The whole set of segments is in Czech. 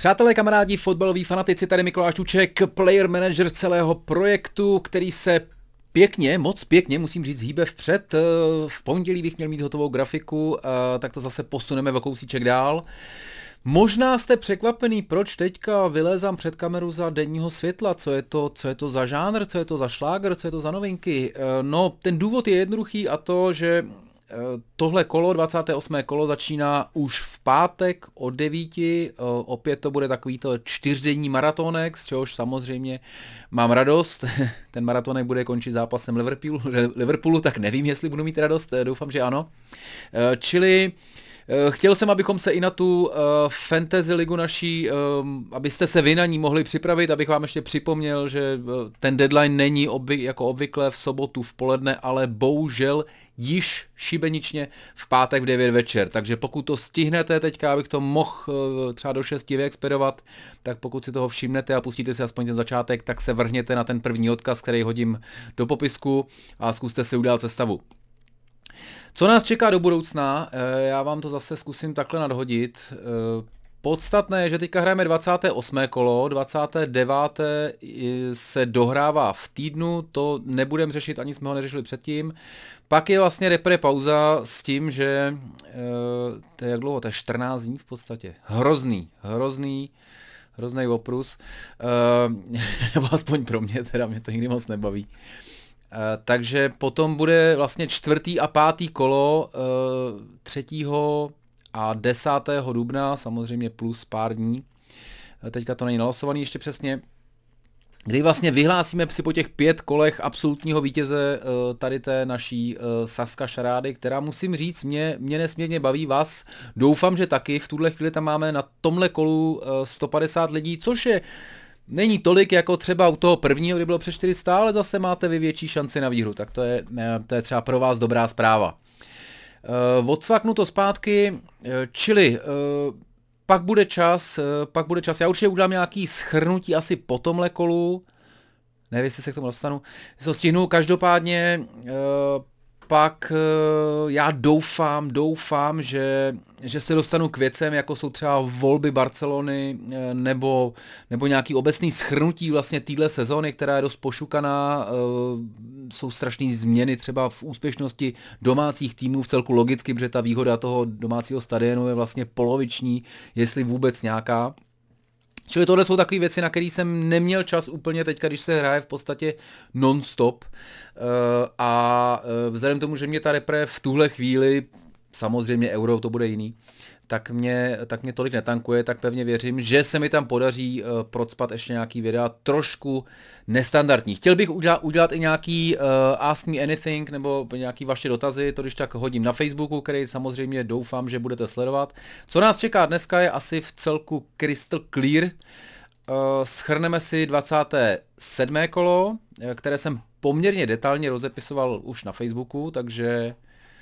Přátelé, kamarádi, fotbaloví fanatici, tady Mikuláš Čuček, player manager celého projektu, který se pěkně, moc pěkně, musím říct, hýbe vpřed. V pondělí bych měl mít hotovou grafiku, tak to zase posuneme o kousíček dál. Možná jste překvapený, proč teďka vylézám před kameru za denního světla, co je to za žánr, co je to za šláger, co je to za novinky. No, ten důvod je jednoduchý a to, že tohle kolo, 28. kolo, začíná už v pátek od 9, opět to bude takovýto 4denní maratonek, z čehož samozřejmě mám radost. Ten maratonek bude končit zápasem Liverpoolu, tak nevím, jestli budu mít radost, doufám, že ano. Čili chtěl jsem, abychom se i na tu fantasy ligu naší, abyste se vy na ní mohli připravit, abych vám ještě připomněl, že ten deadline není jako obvykle v sobotu v poledne, ale bohužel již šibeničně v pátek v 9 večer. Takže pokud to stihnete teďka, abych to mohl třeba do 6 vyexpedovat, tak pokud si toho všimnete a pustíte si aspoň ten začátek, tak se vrhněte na ten první odkaz, který hodím do popisku a zkuste si udělat sestavu. Co nás čeká do budoucna, já vám to zase zkusím takhle nadhodit. Podstatné je, že teďka hrajeme 28. kolo, 29. se dohrává v týdnu, to nebudeme řešit, ani jsme ho neřešili předtím. Pak je vlastně repre pauza s tím, že to je jak dlouho, to je 14 dní v podstatě. Hrozný oprus, nebo aspoň pro mě, teda mě to nikdy moc nebaví. Takže potom bude vlastně 4. a 5. kolo 3. a 10. dubna, samozřejmě plus pár dní. Teďka to není nalosovaný ještě přesně. Kdy vlastně vyhlásíme si po těch 5 kolech absolutního vítěze tady té naší Sazka šarády, která musím říct, mě nesmírně baví, vás. Doufám, že taky. V tuhle chvíli tam máme na tomhle kolu 150 lidí, což je není tolik jako třeba u toho prvního, kdy bylo přes 400, ale zase máte vy větší šanci na výhru, tak to je třeba pro vás dobrá zpráva. Odsvaknu to zpátky, čili pak bude čas, já určitě udělám nějaký shrnutí asi po tomhle kolu, nevím, jestli se k tomu dostanu, to stihnu, každopádně pak já doufám, že se dostanu k věcem, jako jsou třeba volby Barcelony nebo nějaký obecný shrnutí vlastně téhle sezóny, která je dost pošukaná. Jsou strašné změny třeba v úspěšnosti domácích týmů v celku logicky, protože ta výhoda toho domácího stadionu je vlastně poloviční, jestli vůbec nějaká. Čili tohle jsou takové věci, na které jsem neměl čas úplně teďka, když se hraje v podstatě non-stop. A vzhledem k tomu, že mě ta repre v tuhle chvíli, samozřejmě Euro to bude jiný, tak mě tolik netankuje, tak pevně věřím, že se mi tam podaří procpat ještě nějaký videa trošku nestandardní. Chtěl bych udělat i nějaký Ask Me Anything nebo nějaký vaše dotazy, to když tak hodím na Facebooku, který samozřejmě doufám, že budete sledovat. Co nás čeká dneska je asi v celku crystal clear. Shrneme si 27. kolo, které jsem poměrně detailně rozepisoval už na Facebooku, takže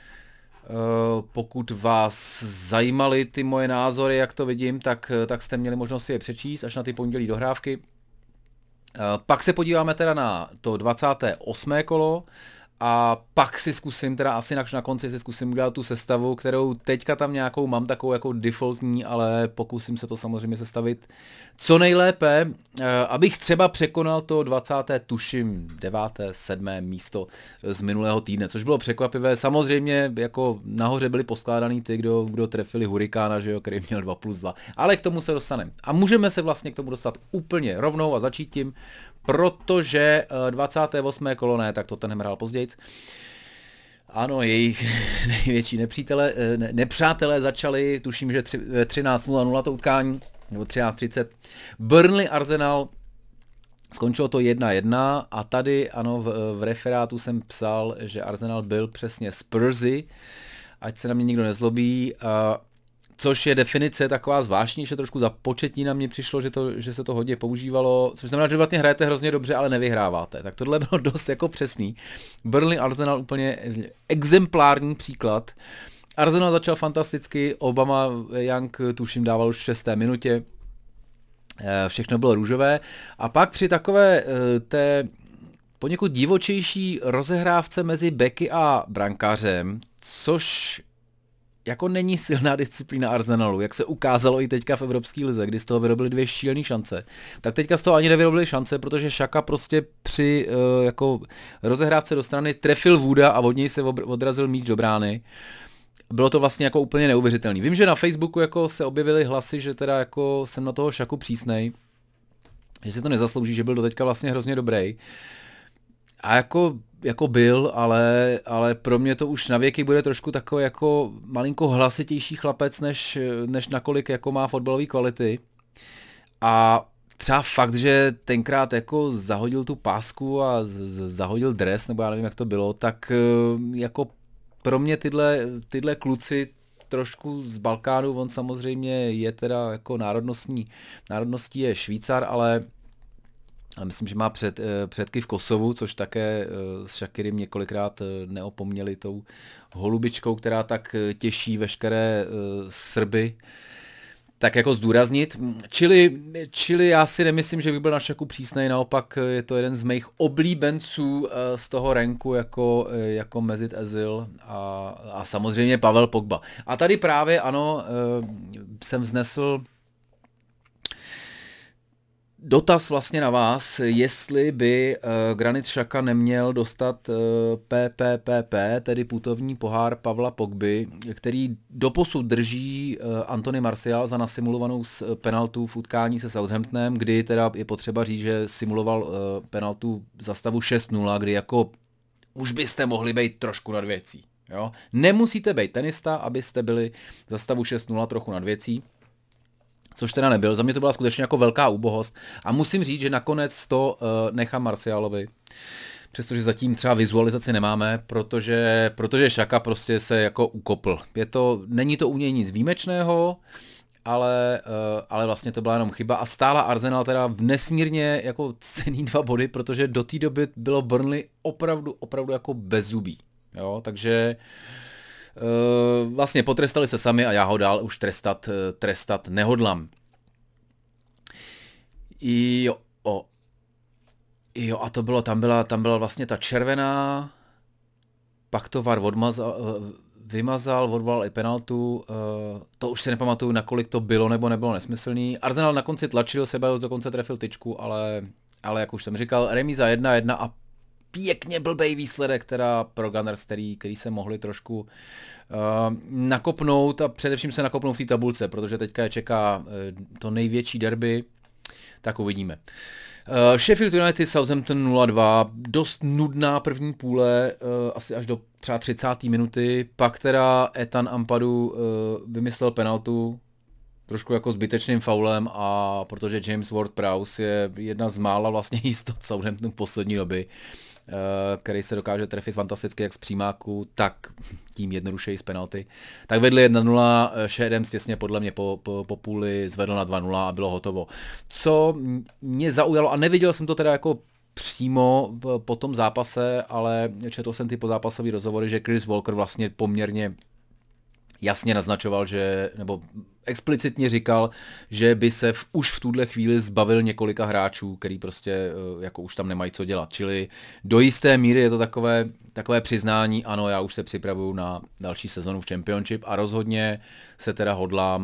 pokud vás zajímaly ty moje názory, jak to vidím, tak jste měli možnost si je přečíst až na ty pondělí dohrávky. Pak se podíváme teda na to 28. kolo a pak si zkusím, teda asi na konci si zkusím udělat tu sestavu, kterou teďka tam nějakou mám takovou jako defaultní, ale pokusím se to samozřejmě sestavit co nejlépe, abych třeba překonal to 20. tuším 9. 7. místo z minulého týdne, což bylo překvapivé. Samozřejmě jako nahoře byli poskládaný ty, kdo trefili Hurikána, že jo, který měl 2+2, ale k tomu se dostaneme. A můžeme se vlastně k tomu dostat úplně rovnou a začít tím, protože 28. kolo ne, tak to ten hrál později. Ano, jejich největší nepřátelé začali, tuším, že 13:00 to utkání, nebo 13:30. Burnley Arsenal, skončilo to 1-1 a tady, ano, v referátu jsem psal, že Arsenal byl přesně Spursy, ať se na mě nikdo nezlobí, což je definice taková zvláštní, že trošku započetí na mě přišlo, že se to hodně používalo, což znamená, že vlastně hrajete hrozně dobře, ale nevyhráváte. Tak tohle bylo dost jako přesný. Burnley Arsenal úplně exemplární příklad. Arsenal začal fantasticky, Obama Young tuším dával už v 6. minutě, všechno bylo růžové a pak při takové té poněkud divočejší rozehrávce mezi beky a brankářem, což jako není silná disciplína Arsenalu, jak se ukázalo i teďka v Evropské lize, kdy z toho vyrobili 2 šílené šance. Tak teďka z toho ani nevyrobili šance, protože Xhaka prostě při jako rozehrávce do strany trefil Wooda a od něj se odrazil míč do brány. Bylo to vlastně jako úplně neuvěřitelný. Vím, že na Facebooku jako se objevily hlasy, že teda jako jsem na toho Xhaku přísnej, že si to nezaslouží, že byl doteďka vlastně hrozně dobrý. A jako byl, ale pro mě to už na věky bude trošku takový jako malinko hlasitější chlapec, než nakolik jako má fotbalové kvality. A třeba fakt, že tenkrát jako zahodil tu pásku a zahodil dres, nebo já nevím, jak to bylo, tak jako pro mě tyhle kluci trošku z Balkánu, on samozřejmě je teda jako národností je Švýcar, ale myslím, že má předky v Kosovu, což také s Shakirim několikrát neopomněli tou holubičkou, která tak těší veškeré Srby, tak jako zdůraznit. Čili já si nemyslím, že bych byl na Shaku přísnej, naopak je to jeden z mých oblíbenců z toho ranku jako Mesut Özil a samozřejmě Pavel Pogba. A tady právě ano, jsem vznesl dotaz vlastně na vás, jestli by Granit Xhaka neměl dostat PPPP, tedy putovní pohár Pavla Pogby, který doposud drží Anthony Martial za nasimulovanou penaltu v utkání se Southamptonem, kdy teda je potřeba říct, že simuloval penaltu za stavu 6-0, kdy jako už byste mohli být trošku nad věcí. Jo? Nemusíte být tenista, abyste byli za stavu 6-0 trochu nad věcí. Což teda nebyl, za mě to byla skutečně jako velká úbohost a musím říct, že nakonec to nechám Martialovi, přestože zatím třeba vizualizaci nemáme, protože Xhaka prostě se jako ukopl. Není to u něj nic výjimečného, ale vlastně to byla jenom chyba a stála Arsenal teda v nesmírně jako cenný 2 body, protože do té doby bylo Burnley opravdu jako bezzubý, jo, takže vlastně potrestali se sami a já ho dál už trestat nehodlám. Jo, a to bylo, tam byla vlastně ta červená, pak to VAR vymazal, odvolal i penaltu, to už si nepamatuju, nakolik to bylo nebo nebylo nesmyslný. Arsenal na konci tlačil, Ceballos dokonce trefil tyčku, ale jak už jsem říkal, remíza 1-1 a pěkně blbej výsledek teda pro Gunners, který se mohli trošku nakopnout a především se nakopnout v té tabulce, protože teďka je čeká to největší derby, tak uvidíme. Sheffield United Southampton 0-2, dost nudná první půle, asi až do třeba 30. minuty, pak teda Ethan Ampadu vymyslel penaltu, trošku jako zbytečným faulem a protože James Ward-Prowse je jedna z mála vlastně jistot Southamptonu v poslední doby, který se dokáže trefit fantasticky jak z přímáku, tak tím jednodušeji z penalty. Tak vedli 1-0, Shadem těsně podle mě po půli zvedl na 2-0 a bylo hotovo. Co mě zaujalo, a neviděl jsem to teda jako přímo po tom zápase, ale četl jsem ty pozápasové rozhovory, že Chris Walker vlastně poměrně jasně naznačoval, nebo explicitně říkal, že by se už v tuhle chvíli zbavil několika hráčů, který prostě jako už tam nemají co dělat. Čili do jisté míry je to takové přiznání, ano, já už se připravuju na další sezonu v Championship a rozhodně se teda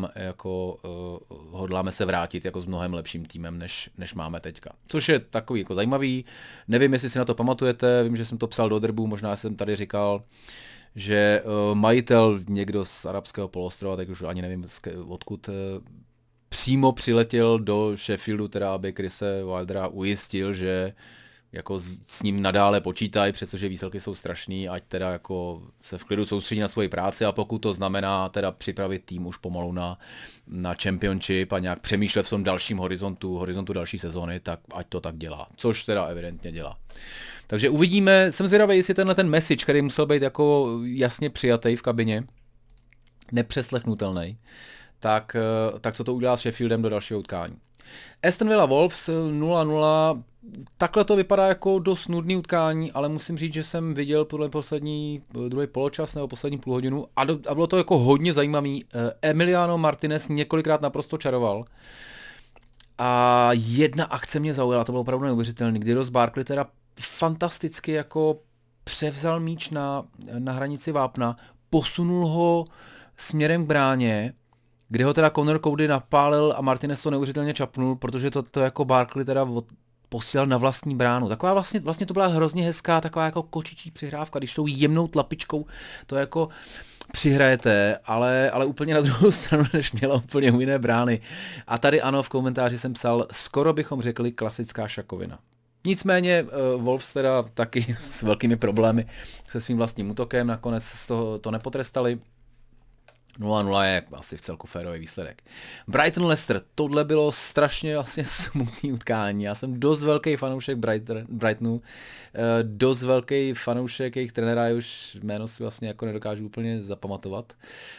hodláme se vrátit jako s mnohem lepším týmem, než máme teďka. Což je takový jako zajímavý. Nevím, jestli si na to pamatujete, vím, že jsem to psal do Drbu, možná jsem tady říkal, že majitel někdo z arabského poloostrova, tak už ani nevím odkud, přímo přiletěl do Sheffieldu, teda aby Chrise Wildera ujistil, že jako s ním nadále počítají, přestože výsledky jsou strašný, ať teda jako se v klidu soustředí na svoji práci a pokud to znamená teda připravit tým už pomalu na Championship a nějak přemýšlet v tom dalším horizontu další sezóny, tak ať to tak dělá, což teda evidentně dělá. Takže uvidíme, jsem zvědavý, jestli ten message, který musel být jako jasně přijatý v kabině, nepřeslechnutelný, tak co to udělá s Sheffieldem do dalšího utkání. Aston Villa Wolves 0-0, takhle to vypadá jako dost nudný utkání, ale musím říct, že jsem viděl podle druhý poločas nebo poslední půlhodinu a bylo to jako hodně zajímavý. Emiliano Martinez několikrát naprosto čaroval a jedna akce mě zaujala, to bylo opravdu neuvěřitelný, kdy Ross Barkley teda fantasticky jako převzal míč na hranici vápna, posunul ho směrem k bráně, kde ho teda Conor Cody napálil a Martinez to neuvěřitelně čapnul, protože to jako Barkley teda posílal na vlastní bránu. Taková vlastně to byla hrozně hezká, taková jako kočičí přihrávka, když tou jemnou tlapičkou to jako přihrajete, ale úplně na druhou stranu, než měla úplně u jiné brány. A tady ano, v komentáři jsem psal, skoro bychom řekli klasická šakovina. Nicméně Wolves teda taky s velkými problémy se svým vlastním útokem, nakonec z toho to nepotrestali. 0-0 je asi v celku férový výsledek. Brighton Leicester, tohle bylo strašně vlastně smutný utkání. Já jsem dost velký fanoušek Brightonu, dost velký fanoušek jejich trenéra, už jméno si vlastně jako nedokážu úplně zapamatovat.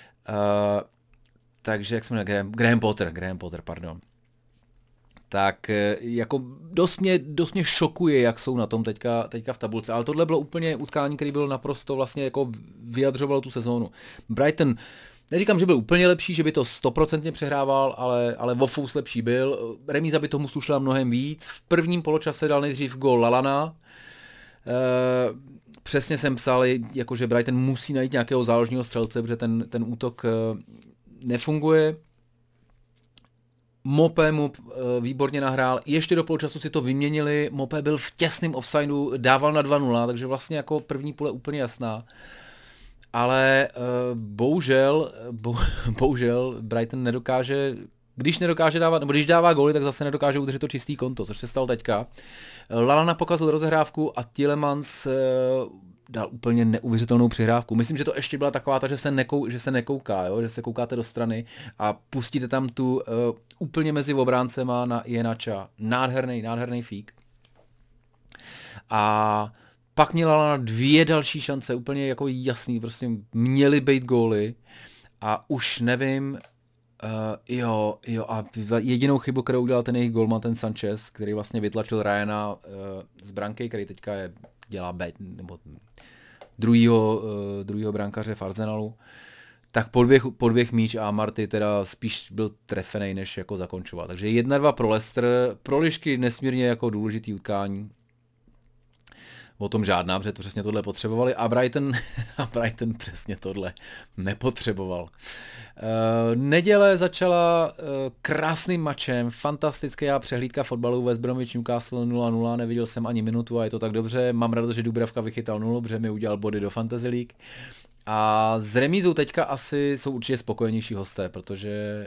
Takže jak jsme Graham Potter, pardon. Tak jako dost mě šokuje, jak jsou na tom teďka v tabulce, ale tohle bylo úplně utkání, který bylo naprosto vlastně jako vyjadřovalo tu sezónu. Brighton, neříkám, že byl úplně lepší, že by to 100% přehrával, ale o fous lepší byl. Remíza by tomu slušela mnohem víc. V prvním poločase dal nejdřív gól Lalana. Přesně jsem psal, jako že Brighton musí najít nějakého záložního střelce, protože ten útok nefunguje. Mopé mu výborně nahrál, ještě do poločasu si to vyměnili, Mopé byl v těsném offsideu, dával na 2-0, takže vlastně jako první půle úplně jasná. Ale bohužel Brighton nedokáže, když dávat, nebo když dává góly, tak zase nedokáže udržet to čistý konto, což se stalo teďka. Lalana pokazil rozehrávku a Tielemans dal úplně neuvěřitelnou přihrávku. Myslím, že to ještě byla taková ta, že se nekouká, jo? Že se koukáte do strany a pustíte tam tu úplně mezi obráncema na Ienacha. Nádherný fík. A pak měla na 2 další šance, úplně jako jasný, prostě měly být góly a už nevím, a jedinou chybu, kterou udělal ten jejich golman, ten Sanchez, který vlastně vytlačil Ryana z branky, který teďka dělá nebo druhýho brankaře v Arsenalu, tak podběh míč a Marty teda spíš byl trefený, než jako zakončoval. Takže 1-2 pro Leicester, pro lišky nesmírně jako důležitý utkání. O tom žádná, protože přesně tohle potřebovali a Brighton přesně tohle nepotřeboval. Neděle začala krásným mačem, fantastická přehlídka fotbalu West Bromwich Newcastle 0-0, neviděl jsem ani minutu a je to tak dobře, mám radost, že Dubravka vychytal 0, protože mi udělal body do Fantasy League. A s remízou teďka asi jsou určitě spokojenější hosté, protože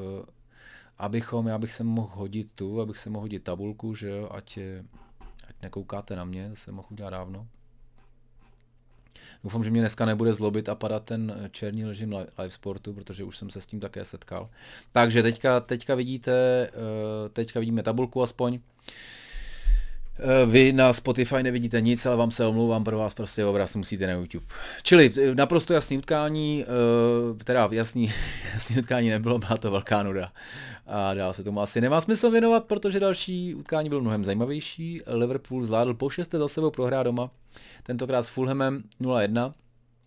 já bych se mohl hodit tabulku, že jo, ať nekoukáte na mě, to jsem mohl udělat dávno. Doufám, že mě dneska nebude zlobit a padat ten černý režim live sportu, protože už jsem se s tím také setkal. Takže teďka vidíme tabulku aspoň. Vy na Spotify nevidíte nic, ale vám se omlouvám, pro vás prostě obraz musíte na YouTube. Čili naprosto jasný utkání, teda jasný utkání nebylo, byla to velká nuda. A dál se tomu asi nemá smysl věnovat, protože další utkání bylo mnohem zajímavější. Liverpool zvládl po 6. za sebou prohrát doma, tentokrát s Fulhamem 0-1.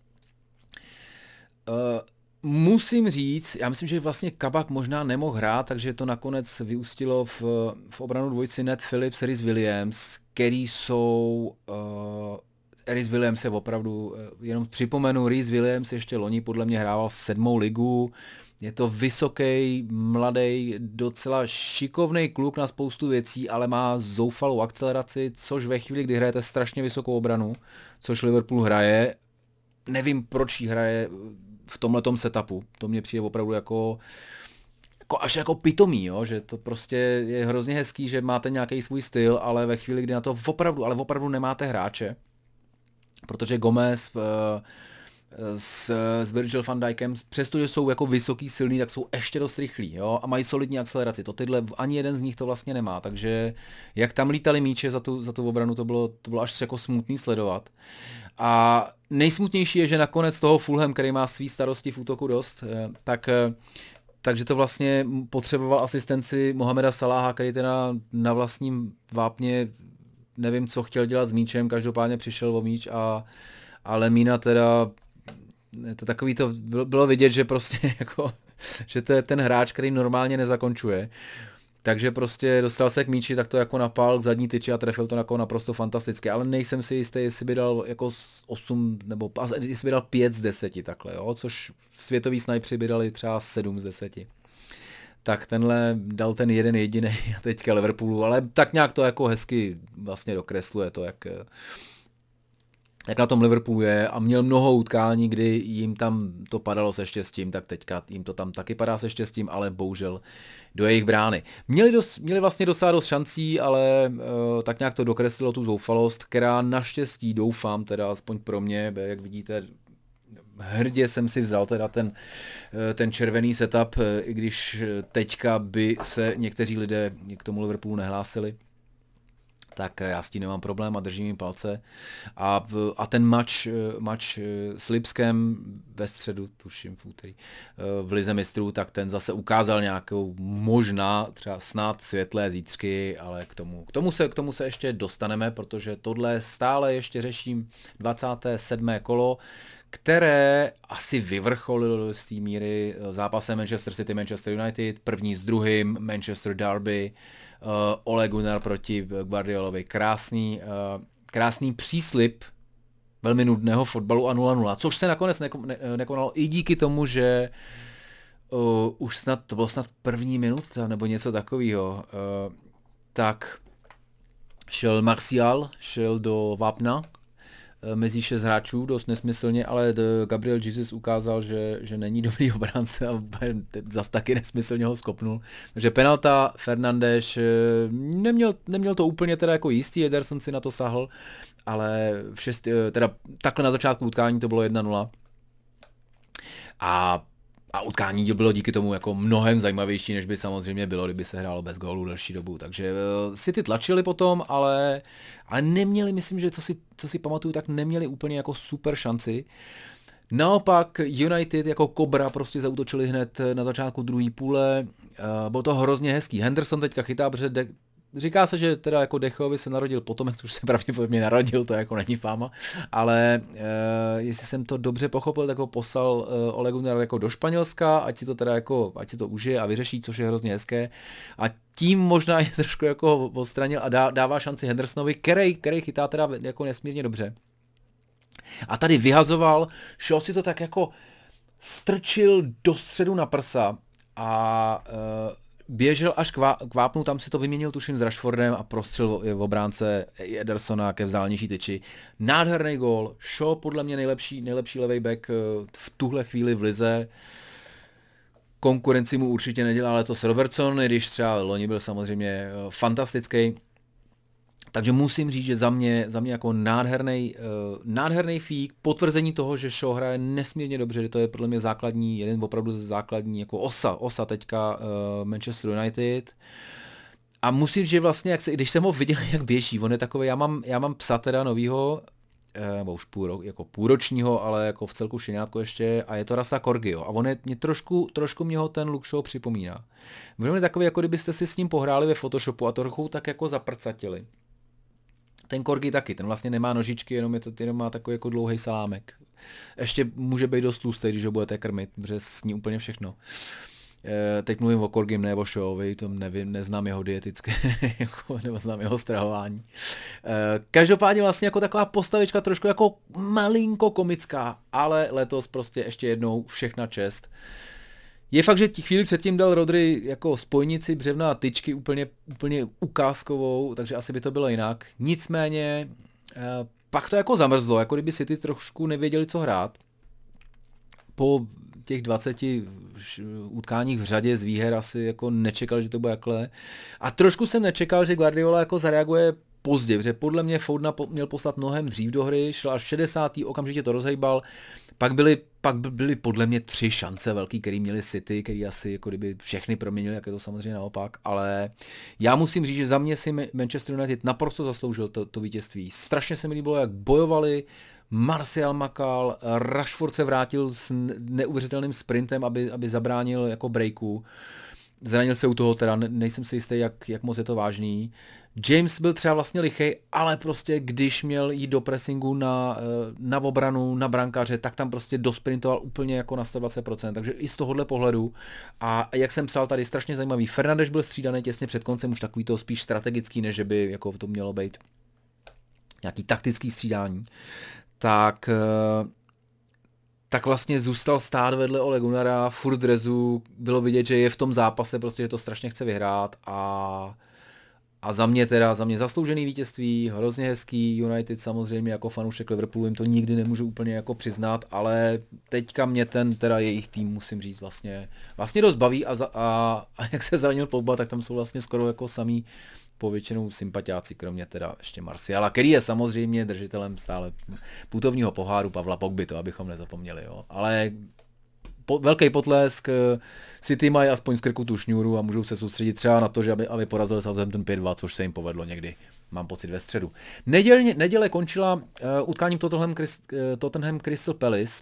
Musím říct, já myslím, že vlastně Kabak možná nemohl hrát, takže to nakonec vyústilo v obranu dvojici Ned Phillips, Rhys Williams, který jsou... Rhys Williams je opravdu, jenom připomenu, Rhys Williams ještě loni podle mě hrával 7. ligu, je to vysoký, mladý, docela šikovný kluk na spoustu věcí, ale má zoufalou akceleraci, což ve chvíli, kdy hrajete strašně vysokou obranu, což Liverpool hraje, nevím, proč jí hraje v tomhletom setupu. To mě přijde opravdu až jako pitomý, jo? Že to prostě je hrozně hezký, že máte nějaký svůj styl, ale ve chvíli, kdy na to opravdu nemáte hráče, protože Gomez s Virgil van Dijkem, přestože jsou jako vysoký, silný, tak jsou ještě dost rychlí, jo? A mají solidní akceleraci. Ani jeden z nich to vlastně nemá, takže jak tam lítali míče za tu obranu, to bylo až jako smutný sledovat. A nejsmutnější je, že nakonec toho Fulham, který má svý starosti v útoku dost, takže to vlastně potřeboval asistenci Mohameda Salaha, který teda na vlastním vápně nevím, co chtěl dělat s míčem, každopádně přišel o míč a Lemina teda, to takový to bylo vidět, že prostě jako, že to je ten hráč, který normálně nezakončuje. Takže prostě dostal se k míči, tak to jako napál k zadní tyči a trefil to jako naprosto fantasticky, ale nejsem si jistý, jestli by dal jako 8 nebo jestli by dal 5 z 10 takhle, jo, což světoví snajpři by dali třeba 7 z 10. Tak tenhle dal ten jeden jediný a teďka Liverpoolu, ale tak nějak to jako hezky vlastně dokresluje to, jak na tom Liverpoolu je a měl mnoho utkání, kdy jim tam to padalo se štěstím, tak teďka jim to tam taky padá se štěstím, ale bohužel do jejich brány. Měli vlastně dosáhnout dost šancí, ale tak nějak to dokreslilo tu zoufalost, která naštěstí doufám, teda aspoň pro mě, jak vidíte, hrdě jsem si vzal teda ten červený setup, i když teďka by se někteří lidé k tomu Liverpoolu nehlásili. Tak já s tím nemám problém a držím jim palce. A ten match s Lipskem ve středu, tuším v úterý, v Lize mistrů, tak ten zase ukázal nějakou možná, třeba snad světlé zítřky, ale k tomu se ještě dostaneme, protože tohle stále ještě řeším 27. kolo, které asi vyvrcholilo z té míry zápasem Manchester City, Manchester United, první s druhým, Manchester Derby, Ole Gunnar proti Guardiolovi. Krásný příslib velmi nudného fotbalu a 0-0, což se nakonec nekonalo i díky tomu, že už to bylo snad první minuta nebo něco takového, tak šel Martial do vápna mezi 6 hráčů, dost nesmyslně, ale Gabriel Jesus ukázal, že není dobrý obránce a zas taky nesmyslně ho skopnul. Takže penalta, Fernandes neměl to úplně teda jako jistý, Ederson si na to sahl, ale teda takhle na začátku utkání to bylo 1-0. A utkání bylo díky tomu jako mnohem zajímavější, než by samozřejmě bylo, kdyby se hrálo bez gólu delší dobu. Takže City tlačili potom, ale neměli, myslím, že co si pamatuju, tak neměli úplně jako super šanci. Naopak United jako kobra prostě zaútočili hned na začátku druhé půle. Bylo to hrozně hezký. Henderson teďka chytá, protože říká se, že teda jako Dechovi se narodil potomek, což se pravděpodobně narodil, to jako není fáma, ale jestli jsem to dobře pochopil, tak ho poslal Ole Gunnar jako do Španělska, ať si to užije a vyřeší, což je hrozně hezké. A tím možná je trošku jako odstranil a dává šanci Hendersonovi, který chytá teda jako nesmírně dobře. A tady vyhazoval, Shaw si to tak jako strčil do středu na prsa a běžel až k vápnu, tam si to vyměnil tuším s Rashfordem a prostřel v obránce Edersona ke vzdálenější tyči. Nádherný gól, Shaw podle mě nejlepší levej back v tuhle chvíli v lize. Konkurenci mu určitě nedělá letos Robertson, i když třeba loni byl samozřejmě fantastický. Takže musím říct, že za mě jako nádherný fík, potvrzení toho, že Shaw hraje nesmírně dobře, že to je podle mě jeden opravdu základní jako osa teďka Manchester United. A musím říct, že vlastně, když jsem ho viděl, jak běží, on je takový, já mám psa teda novýho, nebo už půlročního, ale jako v celku štěňátko ještě, a je to rasa Corgi, jo. A on je trošku mě ho ten Luke Shaw připomíná. On je takový, jako kdybyste si s ním pohráli ve Photoshopu a trochu tak jako zaprcatili. Ten Corgi taky, ten vlastně nemá nožičky, jenom má takový jako dlouhý salámek. Ještě může být dost tlustý, když ho budete krmit, protože sní úplně všechno. Teď mluvím o Corgim, ne o Shawovi, to nevím, neznám jeho dietické, nebo znám jeho strahování. Každopádně vlastně jako taková postavička trošku jako malinko komická, ale letos prostě ještě jednou všechna čest. Je fakt, že chvíli předtím dal Rodri jako spojnici břevna a tyčky úplně ukázkovou, takže asi by to bylo jinak. Nicméně pak to jako zamrzlo, jako kdyby City trošku nevěděli, co hrát. Po těch 20 utkáních v řadě z výher asi jako nečekal, že to bude takhle. A trošku jsem nečekal, že Guardiola jako zareaguje pozdě, protože podle mě Foudna měl poslat mnohem dřív do hry, šel až v 60. okamžitě to rozhejbal. Pak byly podle mě 3 šance velký, který měli City, který asi jako kdyby všechny proměnili, jak je to samozřejmě naopak, ale já musím říct, že za mě si Manchester United naprosto zasloužil to vítězství. Strašně se mi líbilo, jak bojovali, Martial makal, Rashford se vrátil s neuvěřitelným sprintem, aby zabránil jako breaku. Zranil se u toho, teda nejsem si jistý, jak moc je to vážný. James byl třeba vlastně lichej, ale prostě když měl jít do pressingu na obranu, na brankáře, tak tam prostě dosprintoval úplně jako na 120%, takže i z tohohle pohledu. A jak jsem psal tady, strašně zajímavý. Fernandes byl střídaný těsně před koncem, už takový to spíš strategický, než by jako to mělo být nějaký taktický střídání. Tak vlastně zůstal stát vedle Ole Gunnara, furt drezu, bylo vidět, že je v tom zápase, prostě, že to strašně chce vyhrát a za mě zasloužený vítězství, hrozně hezký. United samozřejmě jako fanoušek Liverpoolu jim to nikdy nemůžu úplně jako přiznat, ale teďka mě jejich tým, musím říct, vlastně dost baví a jak se zranil Pogba, tak tam jsou vlastně skoro jako samý povětšinou sympatiáci, kromě teda ještě Martiala, který je samozřejmě držitelem stále putovního poháru Pavla Pogby, to abychom nezapomněli, jo. Ale velký potlesk, City mají aspoň z krku tu šňůru a můžou se soustředit třeba na to, že aby porazili Southampton 5-2, což se jim povedlo někdy, mám pocit, ve středu. Neděle končila utkáním Tottenham Crystal Palace.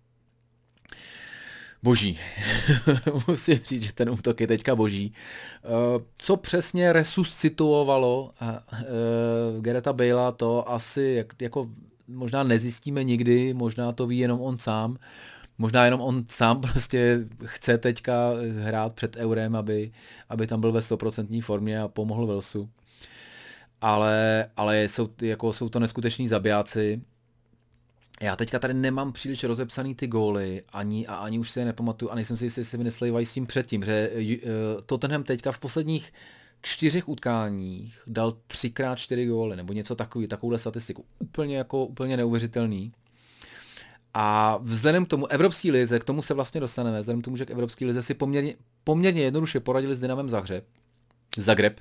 Boží. Musím říct, že ten útok je teďka boží. Co přesně resuscitovalo Gareta Balea, to asi jako možná nezjistíme nikdy, možná to ví jenom on sám. Možná jenom on sám prostě chce teďka hrát před Eurem, aby tam byl ve 100% formě a pomohl Walesu. Ale jsou to neskuteční zabijáci. Já teďka tady nemám příliš rozepsaný ty góly, ani už si je nepamatuju a nejsem si jistý, jestli se mi neslejvají s tím předtím, že Tottenham teďka v posledních 4 utkáních dal 3x4 góly, nebo něco takovouhle statistiku. Úplně neuvěřitelný. A vzhledem k tomu Evropské lize, k tomu se vlastně dostaneme, vzhledem k tomu, že k Evropské lize si poměrně jednoduše poradili s Dynamem Zagreb,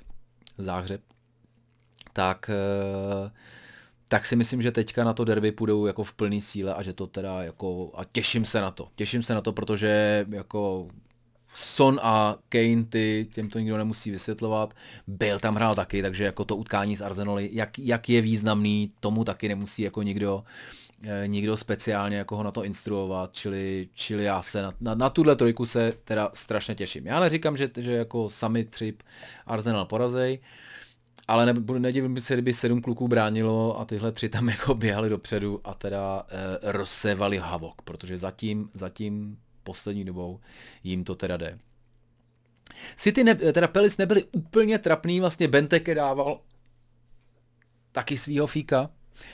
tak si myslím, že teďka na to derby půjdou jako v plný síle a že to teda jako, a těším se na to, protože jako Son a Kane, těm to nikdo nemusí vysvětlovat, Bale tam hrál taky, takže jako to utkání s Arsenali, jak je významný, tomu taky nemusí jako nikdo speciálně jako ho na to instruovat, čili já se na tuhle trojku se teda strašně těším. Já neříkám, že jako sami 3 Arsenal porazej, ale nedivím se, kdyby 7 kluků bránilo a tyhle 3 tam jako běhali dopředu a teda rozsévali havok, protože zatím poslední dobou jim to teda jde. Teda Palace nebyli úplně trapný, vlastně Benteke dával taky svýho fíka.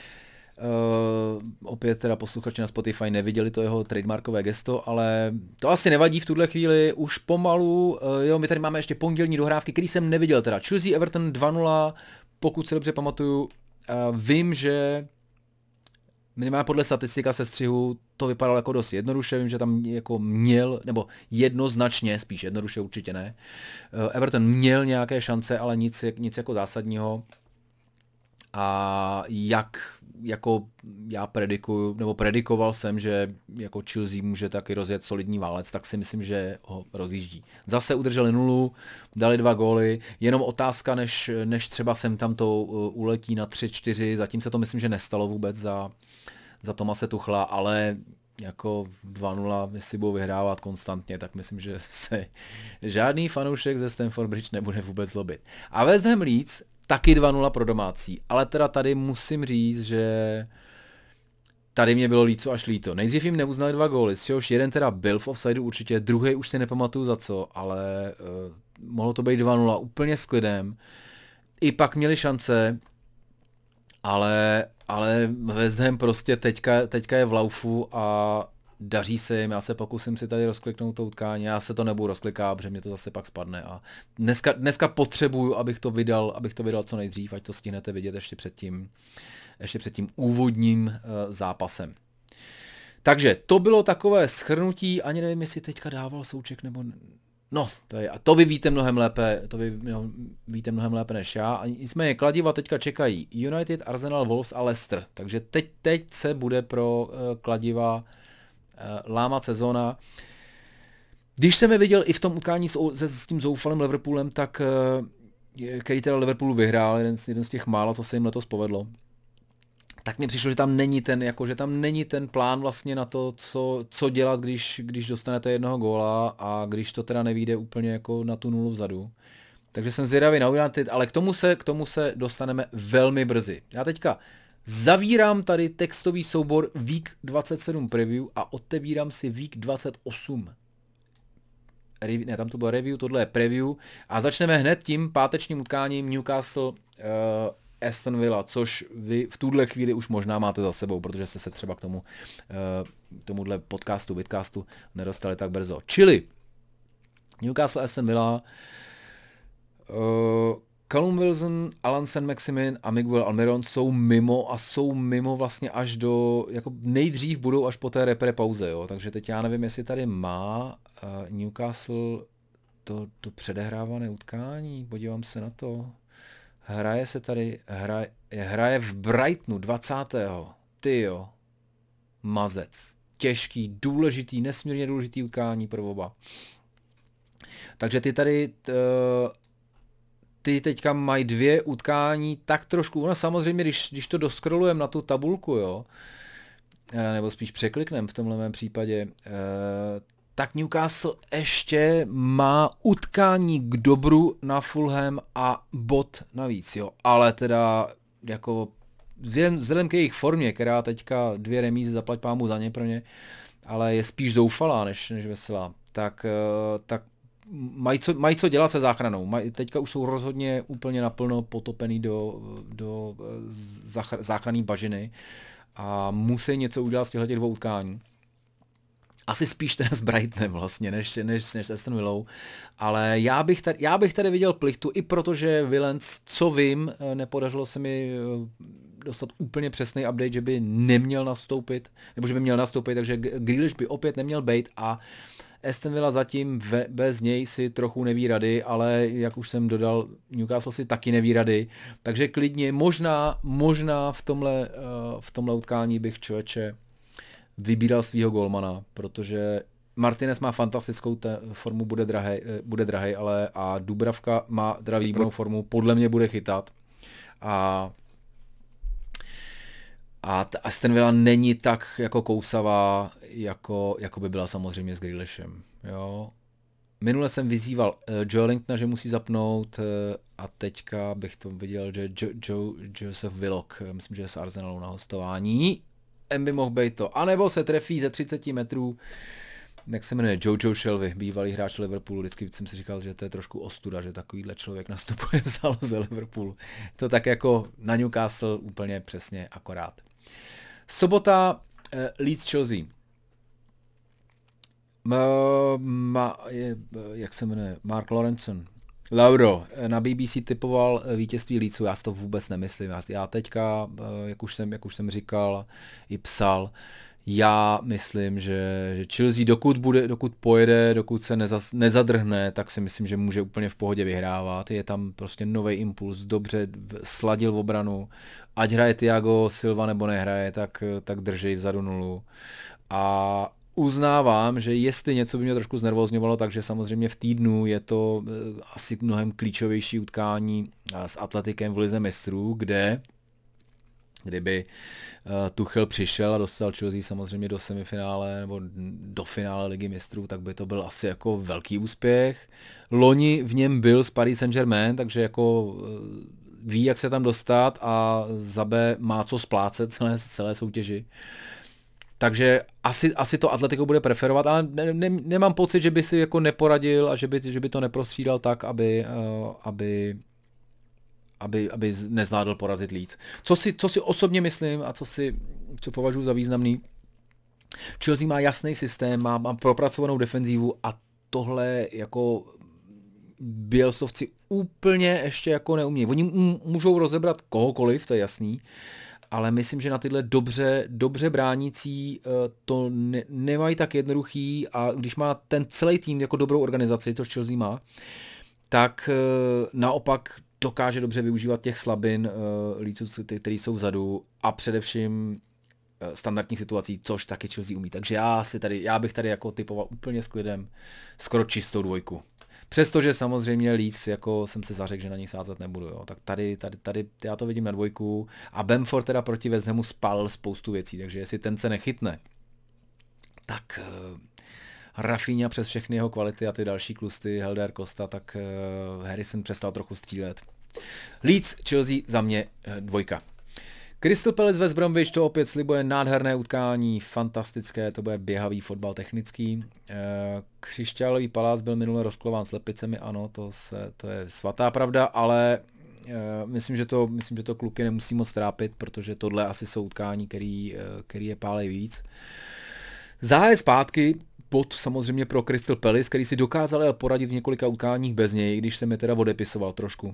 Opět teda posluchači na Spotify neviděli to jeho trademarkové gesto, ale to asi nevadí v tuhle chvíli, už pomalu, my tady máme ještě pondělní dohrávky, který jsem neviděl, teda Chelsea Everton 2-0, pokud se dobře pamatuju, vím, že minimálně podle statistika sestřihu to vypadalo jako dost jednoduše, vím, že tam jako měl, nebo jednoznačně, spíš jednoduše určitě ne, Everton měl nějaké šance, ale nic jako zásadního. A jako já predikoval jsem, že jako Chelsea může taky rozjet solidní válec, tak si myslím, že ho rozjíždí. Zase udrželi 0, dali 2 góly, jenom otázka, než třeba sem tam to uletí na 3-4, zatím se to myslím, že nestalo vůbec za Thomase Tuchla, ale jako 2-0, jestli budou vyhrávat konstantně, tak myslím, že se žádný fanoušek ze Stamford Bridge nebude vůbec zlobit. A West Ham Leeds taky 2-0 pro domácí, ale teda tady musím říct, že tady mě bylo líco až líto. Nejdřív jim neuznali 2 góly, z čehož jeden teda byl v offsideu určitě, druhý už si nepamatuju za co, ale mohlo to být 2-0 úplně s klidem. I pak měli šance, ale West Ham prostě teďka je v laufu a daří se jim, já se pokusím si tady rozkliknout to utkání, já se to nebudu rozklikat, protože mě to zase pak spadne a dneska potřebuju, abych to vydal co nejdřív, ať to stihnete vidět ještě před tím úvodním zápasem. Takže to bylo takové shrnutí, ani nevím, jestli teďka dával Souček nebo... No, to vy víte mnohem lépe než já. A nicméně kladiva teďka čekají United, Arsenal, Wolves a Leicester. Takže teď se bude pro kladiva lámat sezóna. Když jsem je viděl i v tom utkání s tím zoufalým Liverpoolem, tak který teda Liverpoolu vyhrál, jeden z těch mála, co se jim letos povedlo, tak mi přišlo, že tam není ten, jako, že tam není ten plán vlastně na to, co dělat, když dostanete jednoho góla a když to teda nevyjde úplně jako na tu nulu vzadu. Takže jsem zvědavý na United, ale k tomu se dostaneme velmi brzy. Já teďka zavírám tady textový soubor Week 27 preview a otevírám si Week 28. Ne, tam to bylo review, tohle je preview a začneme hned tím pátečním utkáním Newcastle Aston Villa, což vy v tuhle chvíli už možná máte za sebou, protože jste se třeba k tomuhle podcastu, vidcastu nedostali tak brzo. Čili Newcastle Aston Villa, Callum Wilson, Alan Saint-Maximin a Miguel Almiron jsou mimo vlastně až do, jako nejdřív budou až po té repre pauze, jo, takže teď já nevím, jestli tady má Newcastle to předehrávané utkání, podívám se na to. Hraje se tady, hraje v Brightonu 20. Tyjo, mazec. Těžký, důležitý, nesmírně důležitý utkání pro oba. Takže ty teďka mají 2 utkání tak trošku, no samozřejmě, když to doskrolujeme na tu tabulku, jo, nebo spíš překlikneme v tomhle mém případě, tak Newcastle ještě má utkání k dobru na Fulham a bod navíc, jo, ale teda jako vzhledem k jejich formě, která teďka 2 remízy zaplať pámu za ně pro ně, ale je spíš zoufalá než veselá, tak mají co dělat se záchranou. Teďka už jsou rozhodně úplně naplno potopený do záchranné bažiny a musí něco udělat z těchto 2 utkání. Asi spíš teda s Brightonem vlastně, než s Aston Villou, ale já bych tady viděl plichtu, i protože Villans, co vím, nepodařilo se mi dostat úplně přesný update, že by neměl nastoupit, nebo že by měl nastoupit, takže Grealish by opět neměl bejt a Aston Villa zatím bez něj si trochu neví rady, ale jak už jsem dodal, Newcastle si taky neví rady, takže klidně možná v tomhle utkání bych člověče vybíral svýho golmana, protože Martinez má fantastickou formu, bude drahej, ale a Dubravka má výbornou formu, podle mě bude chytat. A Aston Villa není tak jako kousavá, jako by byla samozřejmě s Grealishem. Jo. Minule jsem vyzýval Joelingtona, že musí zapnout a teďka bych to viděl, že Joseph Willock, myslím, že je z Arsenalu na hostování, by mohl být to. A nebo se trefí ze 30 metrů, jak se jmenuje, Jojo Shelby, bývalý hráč Liverpoolu. Vždycky jsem si říkal, že to je trošku ostuda, že takovýhle člověk nastupuje v záloze Liverpoolu. To tak jako na Newcastle úplně přesně akorát. Sobota Leeds Chelsea. Jak se jmenuje? Mark Lawrenson. Lauro na BBC typoval vítězství Leedsu, já si to vůbec nemyslím. Já teďka, jak už jsem říkal, i psal, já myslím, že Chelsea dokud pojede, dokud se nezadrhne, tak si myslím, že může úplně v pohodě vyhrávat. Je tam prostě nový impuls, dobře sladil v obranu. Ať hraje Thiago Silva nebo nehraje, tak drží vzadu nulu. A uznávám, že jestli něco by mě trošku znervózňovalo, takže samozřejmě v týdnu je to asi mnohem klíčovější utkání s Atletikem v Lize mistrů, kdyby Tuchel přišel a dostal Chelsea samozřejmě do semifinále nebo do finále Ligy mistrů, tak by to byl asi jako velký úspěch. Loni v něm byl s Paris Saint-Germain, takže jako ví, jak se tam dostat a za B má co splácet celé soutěži. Takže asi to Atletico bude preferovat, ale nemám pocit, že by si jako neporadil a že by to neprostřídal tak, aby nezvládl porazit Leeds. Co si osobně myslím a co považuji za významný, Chelsea má jasný systém, má propracovanou defenzívu a tohle jako Bielsovci úplně ještě jako neumějí. Oni můžou rozebrat kohokoliv, to je jasný, ale myslím, že na tyhle dobře bránící to nemají tak jednoduchý a když má ten celý tým jako dobrou organizaci, což Chelsea má, tak naopak dokáže dobře využívat těch slabin Leedsu, který jsou vzadu a především standardních situací, což taky Chelsea umí. Takže já bych tady jako typoval úplně s klidem skoro čistou 2. Přestože samozřejmě Leeds, jako jsem se zařekl, že na něj sázet nebudu, jo. Tak tady já to vidím na 2 a Bamford teda proti West Hamu spálil spoustu věcí, takže jestli ten se nechytne, tak Rafinha přes všechny jeho kvality a ty další klusty, Helder Costa, tak Harrison přestal trochu střílet. Leeds, Chelsea za mě 2. Crystal Palace West Bromwich, to opět slibuje nádherné utkání, fantastické, to bude běhavý fotbal technický. Křišťálový palác byl minule rozklován slepicemi, ano, to je svatá pravda, ale myslím, že to kluky nemusí moc trápit, protože tohle asi jsou utkání, který je pálej víc. Záje zpátky, bod samozřejmě pro Crystal Palace, který si dokázal poradit v několika utkáních bez něj, když jsem je teda odepisoval trošku.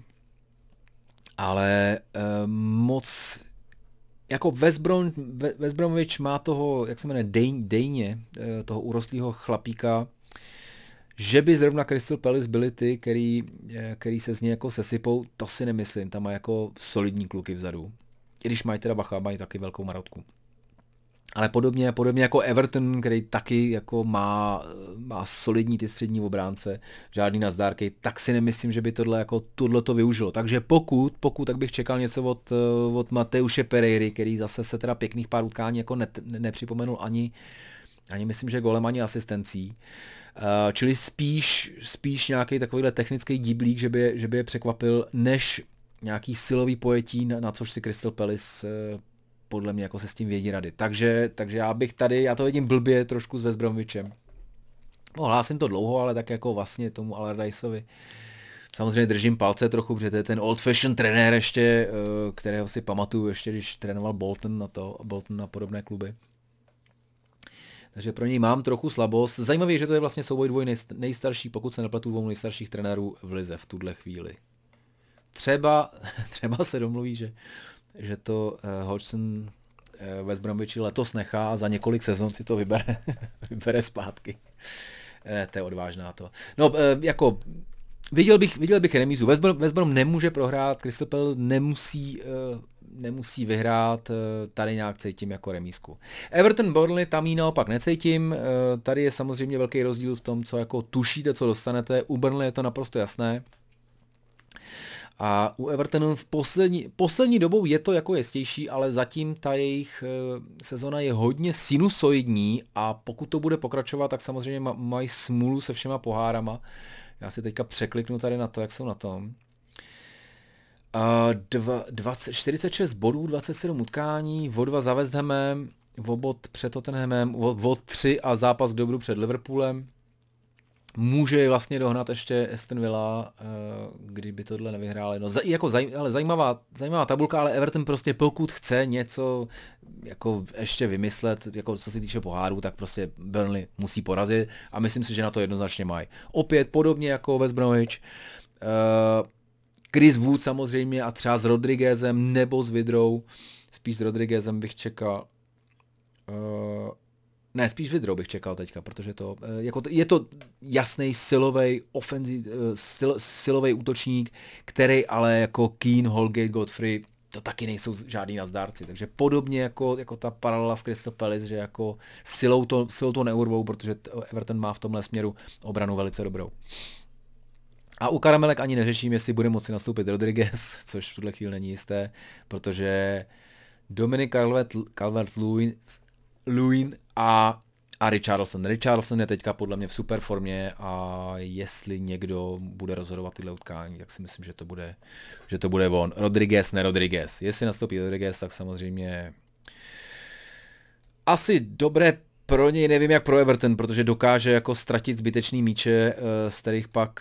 Ale moc... Jako West Bromwich má toho, jak se jmenuje, Dejně, toho urostlého chlapíka, že by zrovna Crystal Palace byli ty, který se z něj jako sesypou, to si nemyslím, tam má jako solidní kluky vzadu. I když mají teda bacha, mají taky velkou marotku. Ale podobně jako Everton, který taky jako má solidní ty střední obránce, žádný nazdárky, tak si nemyslím, že by tohle to využilo. Takže pokud, tak bych čekal něco od Mateuše Pereiry, který zase se teda pěkných pár utkání jako nepřipomenul ani myslím, že golem, ani asistencí. Čili spíš nějaký takovýhle technický díblík, že by je překvapil, než nějaký silový pojetí, na což si Crystal Palace podle mě jako se s tím vědí rady. Takže já to vidím blbě trošku s West Bromwichem. No, hlásím to dlouho, ale tak jako vlastně tomu Allardyceovi. Samozřejmě držím palce trochu, protože to je ten old fashion trenér ještě, kterého si pamatuju ještě, když trénoval Bolton na podobné kluby. Takže pro něj mám trochu slabost. Zajímavé je, že to je vlastně souboj nejstarší, pokud se nepletu, 2 nejstarších trenérů v lize v tuhle chvíli. Třeba se domluví, že to Hodgson West Bromwichi letos nechá a za několik sezon si to vybere zpátky. To je odvážná to. No, jako viděl bych remízu. West Brom nemůže prohrát, Crystal Palace nemusí vyhrát, tady nějak cítím jako remízku. Everton Burnley, tam ji naopak necítím, tady je samozřejmě velký rozdíl v tom, co jako tušíte, co dostanete, u Burnley je to naprosto jasné. A u Evertonu v poslední dobou je to jako jistější, ale zatím ta jejich sezona je hodně sinusoidní a pokud to bude pokračovat, tak samozřejmě mají smůlu se všema pohárama. Já si teďka překliknu tady na to, jak jsou na tom. 46 bodů, 27 utkání, o 2 za West Hamem, o bod před Tottenhamem, o 3 a zápas dobru před Liverpoolem. Může vlastně dohnat ještě Aston Villa, kdyby tohle nevyhráli. No, ale zajímavá tabulka, ale Everton prostě pokud chce něco jako ještě vymyslet, jako co se týče pohárů, tak prostě Burnley musí porazit a myslím si, že na to jednoznačně mají. Opět podobně jako West Bromwich, Chris Wood samozřejmě a třeba s Rodriguezem nebo s Vidrou, spíš s Rodriguezem bych čekal. Ne, spíš Vidrou bych čekal teďka, protože je to jasný silový útočník, který ale jako Keane, Holgate, Godfrey, to taky nejsou žádný nazdárci. Takže podobně jako ta paralela s Crystal Palace, že jako silou to neurvou, protože Everton má v tomhle směru obranu velice dobrou. A u Karamelek ani neřeším, jestli bude moci nastoupit Rodriguez, což v tuhle chvíli není jisté, protože Dominic Calvert-Lewin a Richarlison. Richarlison je teďka podle mě v super formě a jestli někdo bude rozhodovat tyhle utkání, tak si myslím, že to bude on. Rodriguez. Jestli nastoupí Rodriguez, tak samozřejmě asi dobré pro něj, nevím jak pro Everton, protože dokáže jako ztratit zbytečný míče, z kterých pak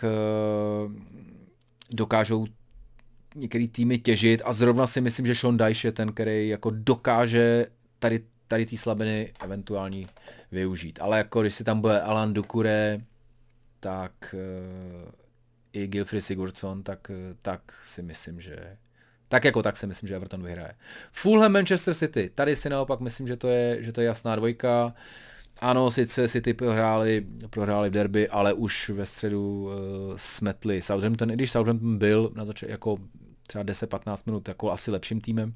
dokážou některý týmy těžit a zrovna si myslím, že Sean Dyche je ten, který jako dokáže tady ty slabiny eventuální využít. Ale jako když si tam bude Alan Doucouré, tak i Gylfi Sigurdsson, tak si myslím, že si Everton vyhraje. Fulham Manchester City, tady si naopak myslím, že to je jasná dvojka. Ano, sice City prohráli v derby, ale už ve středu smetli Southampton, i když Southampton byl na začátku jako třeba 10-15 minut jako asi lepším týmem.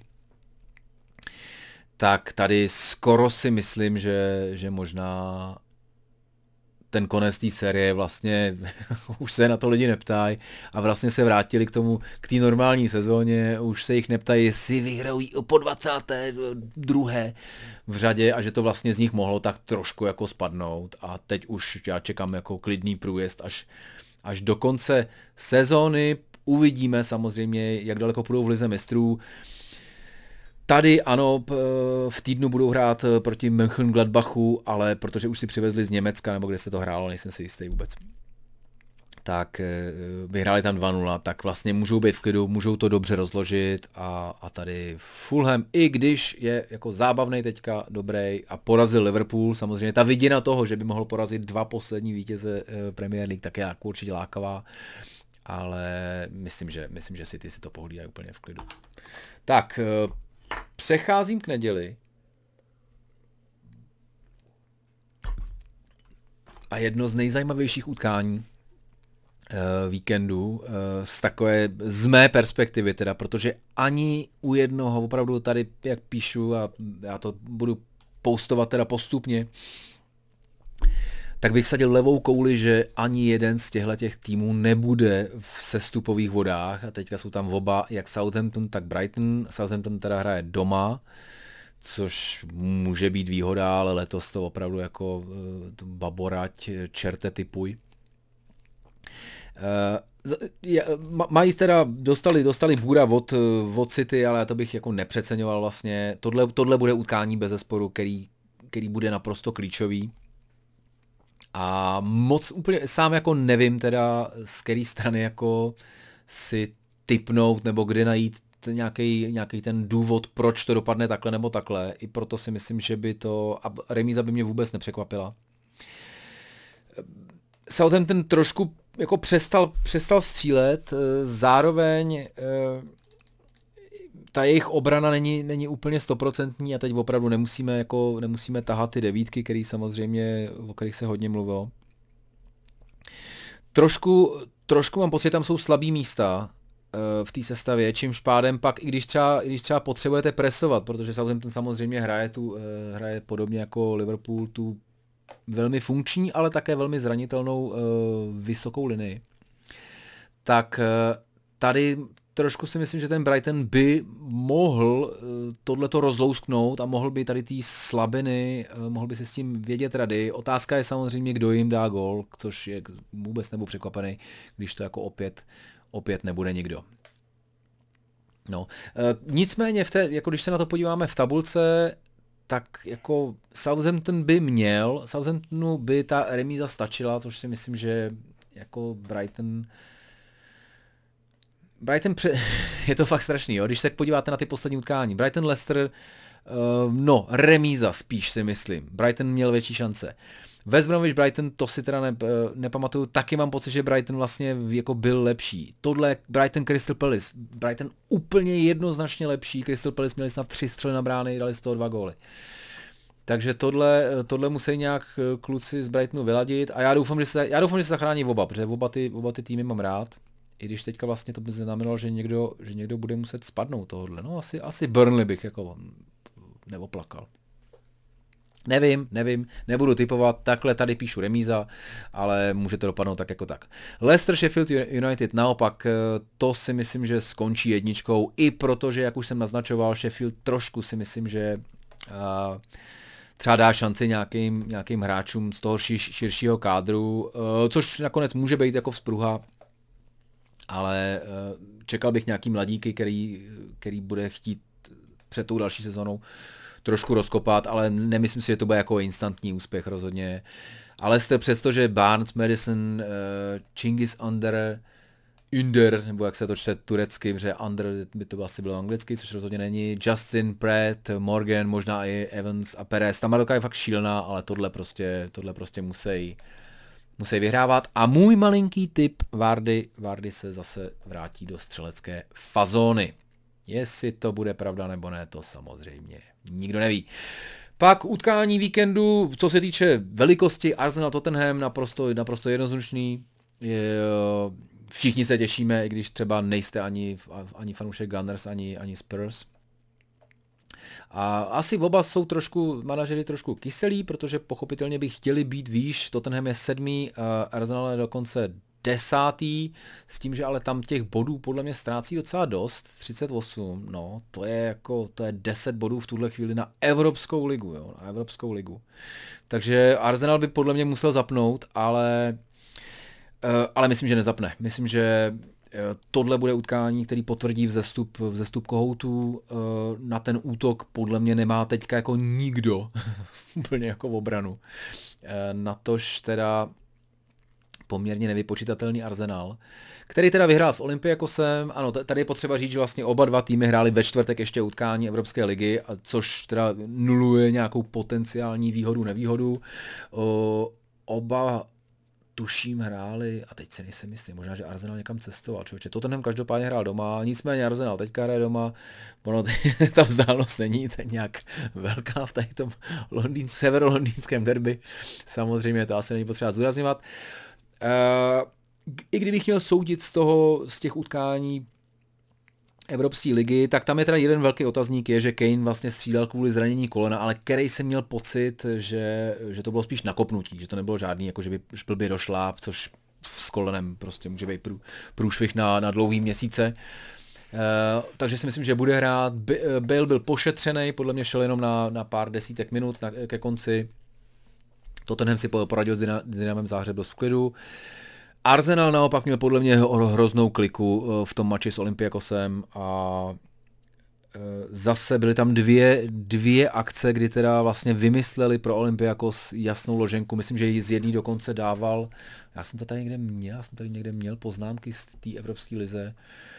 Tak tady skoro si myslím, že možná ten konec té série vlastně už se na to lidi neptají a vlastně se vrátili k té normální sezóně, už se jich neptají, jestli vyhrajou po 22. v řadě a že to vlastně z nich mohlo tak trošku jako spadnout a teď už já čekám jako klidný průjezd až do konce sezóny. Uvidíme samozřejmě, jak daleko půjdou v lize mistrů. Tady ano, v týdnu budou hrát proti Mönchengladbachu, ale protože už si přivezli z Německa, nebo kde se to hrálo, nejsem si jistý vůbec. Tak vyhráli tam 2-0, tak vlastně můžou být v klidu, můžou to dobře rozložit a tady Fulham, i když je jako zábavný teďka, dobrý a porazil Liverpool, samozřejmě ta vidina toho, že by mohl porazit 2 poslední vítěze Premier League, tak je jako určitě lákavá, ale myslím, že City si to pohlídají úplně v klidu. Tak, přecházím k neděli. A jedno z nejzajímavějších utkání víkendu z mé perspektivy teda, protože ani u jednoho, opravdu tady, jak píšu a já to budu postovat teda postupně, tak bych vsadil levou kouli, že ani jeden z těchto týmů nebude v sestupových vodách a teďka jsou tam oba, jak Southampton, tak Brighton. Southampton teda hraje doma, což může být výhoda, ale letos to opravdu jako baborať, čerte typuj. Mají teda, dostali bůra od City, ale to bych jako nepřeceňoval vlastně. Tohle bude utkání bezesporu, který bude naprosto klíčový. A moc úplně sám jako nevím teda, z které strany jako si tipnout nebo kde najít nějaký ten důvod, proč to dopadne takhle nebo takhle. I proto si myslím, že by to, a remíza by mě vůbec nepřekvapila. Southampton trošku jako přestal střílet, zároveň ta jejich obrana není úplně 100% a teď opravdu nemusíme tahat ty devítky, o kterých se hodně mluvilo. Trošku mám pocit, tam jsou slabý místa v té sestavě, čímž pádem pak, i když třeba potřebujete presovat, protože Southampton samozřejmě hraje podobně jako Liverpool tu velmi funkční, ale také velmi zranitelnou vysokou linii. Tak tady trošku si myslím, že ten Brighton by mohl tohleto rozlousknout a mohl by tady ty slabiny, mohl by si s tím vědět rady. Otázka je samozřejmě, kdo jim dá gól, což je vůbec nebudu překvapený, když to jako opět nebude nikdo. No, nicméně, jako když se na to podíváme v tabulce, tak jako Southamptonu by ta remíza stačila, což si myslím, že jako Brighton je to fakt strašný, jo? Když se podíváte na ty poslední utkání. Brighton Leicester, remíza spíš si myslím. Brighton měl větší šance. West Bromwich Brighton, to si teda nepamatuju, taky mám pocit, že Brighton vlastně jako byl lepší. Tohle Brighton Crystal Palace, Brighton úplně jednoznačně lepší, Crystal Palace měli snad 3 střely na brány, dali z toho 2 góly. Takže tohle musí nějak kluci z Brightonu vyladit a já doufám, že se zachrání oba, protože oba ty týmy mám rád. I když teďka vlastně to by znamenalo, že někdo bude muset spadnout tohodle. No asi Burnley bych jako neoplakal. Nevím, nebudu typovat, takhle tady píšu remíza, ale může to dopadnout tak jako tak. Leicester Sheffield United naopak, to si myslím, že skončí 1, i protože, jak už jsem naznačoval, Sheffield trošku si myslím, že třeba dá šanci nějakým hráčům z toho širšího kádru, což nakonec může být jako vzpruha, ale čekal bych nějaký mladíky, který bude chtít před tou další sezónou trošku rozkopat, ale nemyslím si, že to bude jako instantní úspěch rozhodně. Ale jste přesto, že Barnes, Madison, Cengiz Under, nebo jak se to čte turecky, protože Under by to asi bylo anglicky, což rozhodně není, Justin, Pratt, Morgan, možná i Evans a Perez. Ta Maroka je fakt šílená, ale tohle prostě musí vyhrávat. A můj malinký tip, Vardy se zase vrátí do střelecké fazóny. Jestli to bude pravda nebo ne, to samozřejmě nikdo neví. Pak utkání víkendu, co se týče velikosti, Arsenal Tottenham naprosto jednoznačný. Všichni se těšíme, i když třeba nejste ani fanoušek Gunners, ani Spurs. A asi oba jsou manažeři trošku kyselí, protože pochopitelně by chtěli být výš, Tottenham je 7., Arsenal je dokonce 10., s tím, že ale tam těch bodů podle mě ztrácí docela dost, 38, no, to je 10 bodů v tuhle chvíli na Evropskou ligu, jo, na Evropskou ligu. Takže Arsenal by podle mě musel zapnout, ale myslím, že nezapne. Myslím, že tohle bude utkání, který potvrdí vzestup kohoutů. Na ten útok podle mě nemá teďka jako nikdo úplně jako v obranu. Natož teda poměrně nevypočitatelný Arsenal, který teda vyhrál s Olympiakosem. Ano, tady je potřeba říct, že vlastně oba dva týmy hráli ve čtvrtek ještě utkání Evropské ligy, což teda nuluje nějakou potenciální výhodu, nevýhodu. Oba tuším hráli, a teď si nejsem jistý, možná, že Arsenal někam cestoval, člověče. Tottenham každopádně hrál doma, nicméně Arsenal teďka hraje doma, ono ta vzdálenost není tak nějak velká v tady tom severolondýnském derby, samozřejmě to asi není potřeba zdůrazňovat. I kdybych měl soudit z těch utkání Evropské ligy, tak tam je teda jeden velký otazník, je, že Kane vlastně střídal kvůli zranění kolena, ale který jsem měl pocit, že to bylo spíš nakopnutí, že to nebylo žádný, jako že by šplbě došláp, což s kolenem prostě může být průšvih na dlouhý měsíce. Takže si myslím, že bude hrát. Bale byl pošetřený, podle mě šel jenom na pár desítek minut ke konci. Tottenham si poradil s Dynamem Záhřeb dost v klidu. Arsenal naopak měl podle mě hroznou kliku v tom mači s Olympiakosem a zase byly tam dvě akce, kdy teda vlastně vymysleli pro Olympiakos jasnou loženku. Myslím, že ji z jedný dokonce dával. Já jsem tady někde měl poznámky z té Evropské lize.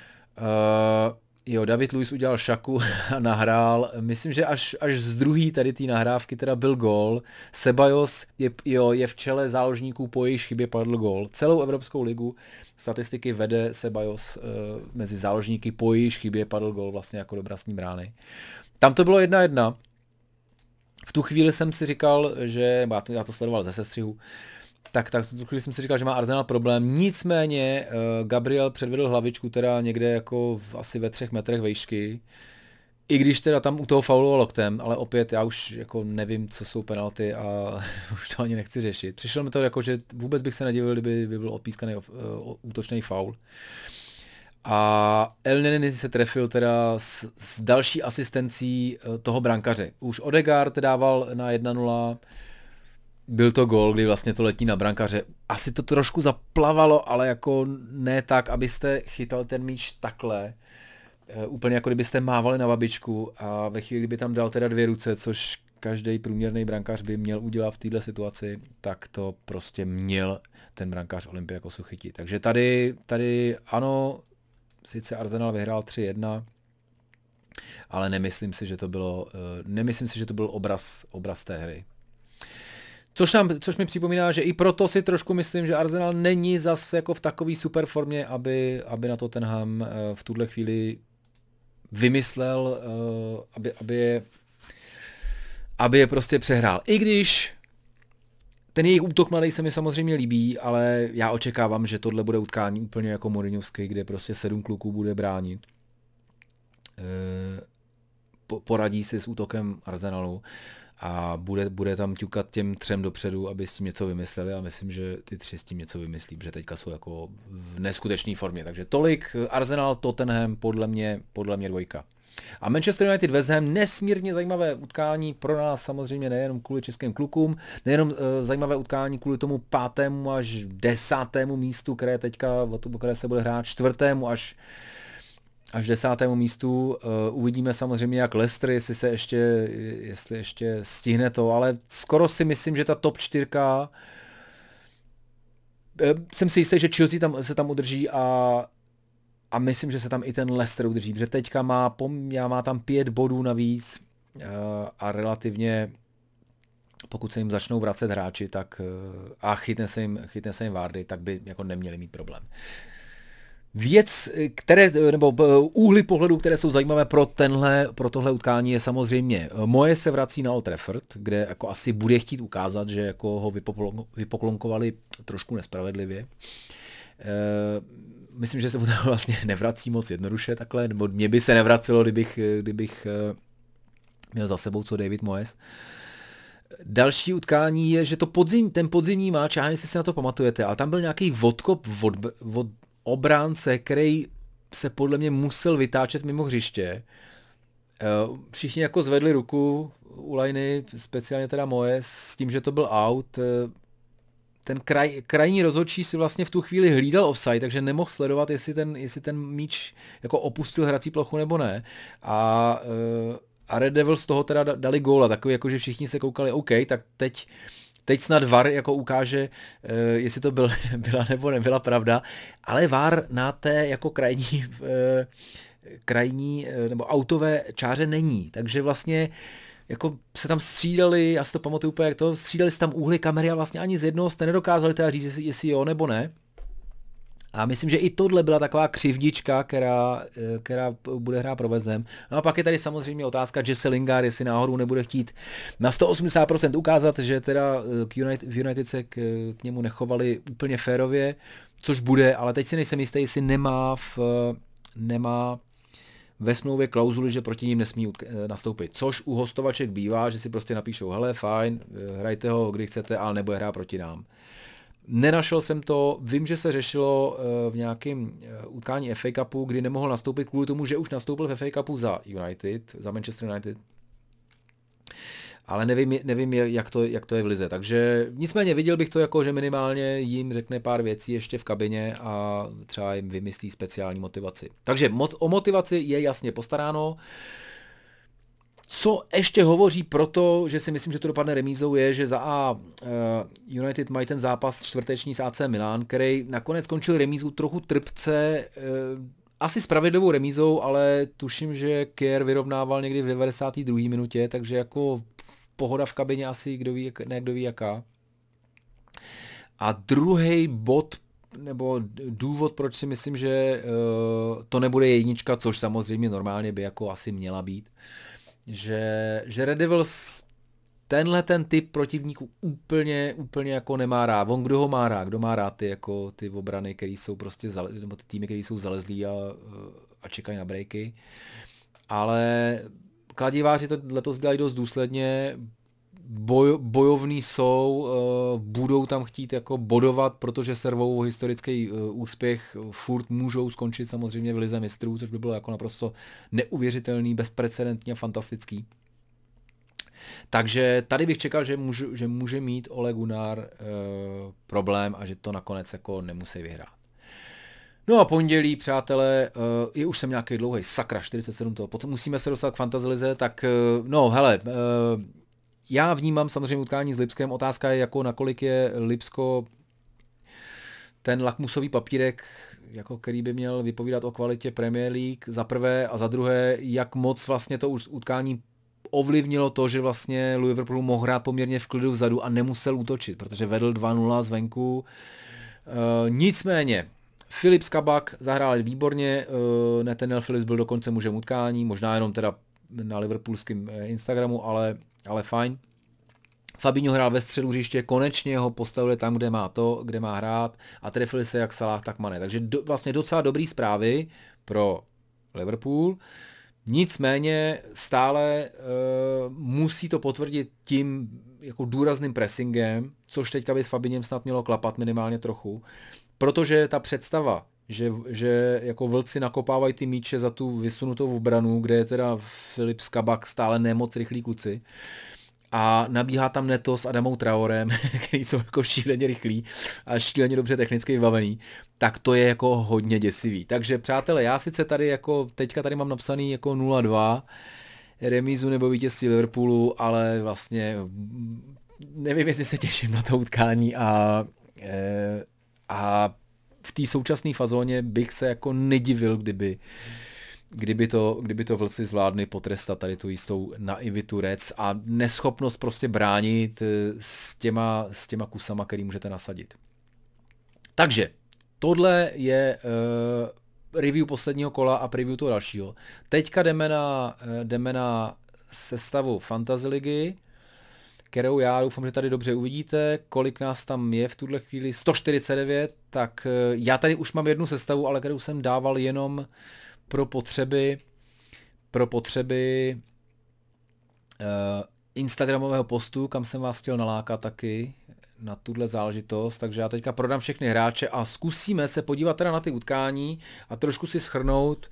David Luiz udělal šaku a nahrál. Myslím, že až z druhý tady té nahrávky teda byl gól. Ceballos je v čele záložníků, po jejich chybě padl gól. Celou Evropskou ligu statistiky vede Ceballos mezi záložníky, po jejich chybě padl gól vlastně jako do brastní brány. Tam to bylo 1-1. V tu chvíli jsem si říkal, že já to sledoval ze sestřihu, tak v tu chvíli jsem si říkal, že má Arsenal problém. Nicméně Gabriel předvedl hlavičku teda někde jako asi ve 3 metrech vejšky. I když teda tam u toho fauloval loktem, ale opět já už jako nevím, co jsou penalty a už to ani nechci řešit. Přišlo mi to jako, že vůbec bych se nedivil, kdyby byl odpískaný útočný faul. A El Neni se trefil teda s další asistencí toho brankaře. Už Odegaard dával na 1-0. Byl to gól, kdy vlastně to letí na brankaře. Asi to trošku zaplavalo, ale jako ne tak, abyste chytal ten míč takhle. Úplně jako kdybyste mávali na babičku a ve chvíli, kdyby tam dal teda 2 ruce, což každý průměrný brankář by měl udělat v této situaci, tak to prostě měl ten brankář Olympiakosu chytit. Takže tady ano, sice Arsenal vyhrál 3-1, ale nemyslím si, že to byl obraz té hry. Což mi připomíná, že i proto si trošku myslím, že Arsenal není zas jako v takové super formě, aby na Tottenham v tuhle chvíli vymyslel, aby je prostě přehrál. I když ten jejich útok mladý se mi samozřejmě líbí, ale já očekávám, že tohle bude utkání úplně jako Mourinhovský, kde prostě 7 kluků bude bránit. Poradí si s útokem Arsenalu a bude tam ťukat těm 3 dopředu, aby s tím něco vymysleli, a myslím, že ty 3 s tím něco vymyslí, protože teďka jsou jako v neskutečné formě. Takže tolik Arsenal, Tottenham, podle mě 2. A Manchester United West Ham, nesmírně zajímavé utkání pro nás, samozřejmě nejenom kvůli českým klukům, nejenom zajímavé utkání kvůli tomu 5. až 10. místu, které teďka, o které se bude hrát, 4. až 10. místu. Uvidíme samozřejmě, jak Leicester, jestli ještě stihne to, ale skoro si myslím, že ta top 4, jsem si jistý, že Chelsea se tam udrží a myslím, že se tam i ten Leicester udrží, protože teďka má tam 5 bodů navíc a relativně, pokud se jim začnou vracet hráči, tak a chytne se jim Vardy, tak by jako neměli mít problém. Úhly pohledu, které jsou zajímavé pro tohle utkání, je samozřejmě Moje se vrací na Old Trafford, kde jako asi bude chtít ukázat, že jako ho vypoklonkovali trošku nespravedlivě. Myslím, že se mu to vlastně nevrací moc jednoduše takhle, nebo mě by se nevracelo, kdybych měl za sebou co David Moyes. Další utkání je, že ten podzimní máč, já nevím, jestli si na to pamatujete, ale tam byl nějaký odkop od obránce, který se podle mě musel vytáčet mimo hřiště. Všichni jako zvedli ruku u lajny, speciálně teda Moyes, s tím, že to byl out. Ten krajní rozhodčí si vlastně v tu chvíli hlídal offside, takže nemohl sledovat, jestli ten míč jako opustil hrací plochu nebo ne. A Red Devils z toho teda dali góla, takový jako, že všichni se koukali, OK, tak teď snad VAR jako ukáže, jestli to byla nebo nebyla pravda, ale VAR na té jako krajní nebo autové čáře není, takže vlastně jako se tam střídali, já si to pamatuju úplně, jak to, střídali se tam úhly kamery a vlastně ani z jednoho jste nedokázali teda říct, jestli jo nebo ne. A myslím, že i tohle byla taková křivdička, která bude hrát provezem. No a pak je tady samozřejmě otázka Jesse Lingard, jestli náhodou nebude chtít na 180% ukázat, že teda v United se k němu nechovali úplně férově, což bude, ale teď si nejsem jistý, jestli nemá ve smlouvě klauzuli, že proti ním nesmí nastoupit. Což u hostovaček bývá, že si prostě napíšou, hele, fajn, hrajte ho, kdy chcete, ale nebude hrát proti nám. Nenašel jsem to, vím, že se řešilo v nějakém utkání FA Cupu, kdy nemohl nastoupit kvůli tomu, že už nastoupil v FA Cupu za Manchester United. Ale nevím jak to je v lize. Takže nicméně viděl bych to jako, že minimálně jim řekne pár věcí ještě v kabině a třeba jim vymyslí speciální motivaci. Takže o motivaci je jasně postaráno. Co ještě hovoří proto, že si myslím, že to dopadne remízou, je, že United mají ten zápas čtvrteční s AC Milan, který nakonec skončil remízou trochu trpce, asi spravedlivou remízou, ale tuším, že Kier vyrovnával někdy v 92. minutě, takže jako pohoda v kabině asi kdo ví jaká. A druhý bod, nebo důvod, proč si myslím, že to nebude jednička, což samozřejmě normálně by jako asi měla být, že Red Devils tenhle ten typ protivníků úplně jako nemá rád. On kdo ho má rád? Kdo má rád ty obrany, které jsou prostě nebo ty týmy, které jsou zalezlí a čekají na breaky. Ale kladiváři to letos dělají dost důsledně. Bojovní jsou, budou tam chtít jako bodovat, protože servou historický úspěch furt můžou skončit samozřejmě v lize mistrů, což by bylo jako naprosto neuvěřitelný, bezprecedentní a fantastický. Takže tady bych čekal, že může mít Ole Gunnar problém a že to nakonec jako nemusí vyhrát. No a pondělí, přátelé, už jsem nějaký dlouhý, sakra, 47 toho, potom musíme se dostat k fantasy lize, tak no hele, já vnímám samozřejmě utkání s Lipskem, otázka je jako nakolik je Lipsko ten lakmusový papírek, jako který by měl vypovídat o kvalitě Premier League za prvé a za druhé, jak moc vlastně to utkání ovlivnilo to, že vlastně Liverpool mohl hrát poměrně v klidu vzadu a nemusel útočit, protože vedl 2-0 zvenku. Nicméně, Philips Kabak zahrál výborně, Nathaniel Phillips byl dokonce mužem utkání, možná jenom teda na liverpoolském Instagramu, ale fajn. Fabinho hrál ve středu hřiště, konečně ho postavili tam, kde má hrát a trefili se jak Salah, tak Mané. Takže vlastně docela dobrý zprávy pro Liverpool. Nicméně stále musí to potvrdit tím jako důrazným pressingem, což teďka by s Fabinhem snad mělo klapat minimálně trochu, protože ta představa, že jako vlci nakopávají ty míče za tu vysunutou branu, kde je teda Philips Kabak stále nemoc rychlí kluci a nabíhá tam Neto s Adamou Traorem, který jsou jako šíleně rychlí a šíleně dobře technicky vybavený, tak to je jako hodně děsivý. Takže přátelé, já sice tady jako teďka tady mám napsaný jako 0-2 remízu nebo vítězství Liverpoolu, ale vlastně nevím, jestli se těším na to utkání a v té současné fazóně bych se jako nedivil, kdyby to vlci zvládli potrestat tady tu jistou naivitu Reds a neschopnost prostě bránit s těma kusama, který můžete nasadit. Takže tohle je review posledního kola a preview toho dalšího. Teďka jdeme na sestavu Fantasy ligy, kterou já doufám, že tady dobře uvidíte, kolik nás tam je v tuhle chvíli, 149, tak já tady už mám jednu sestavu, ale kterou jsem dával jenom pro potřeby Instagramového postu, kam jsem vás chtěl nalákat taky na tuhle záležitost, takže já teďka prodám všechny hráče a zkusíme se podívat teda na ty utkání a trošku si shrnout,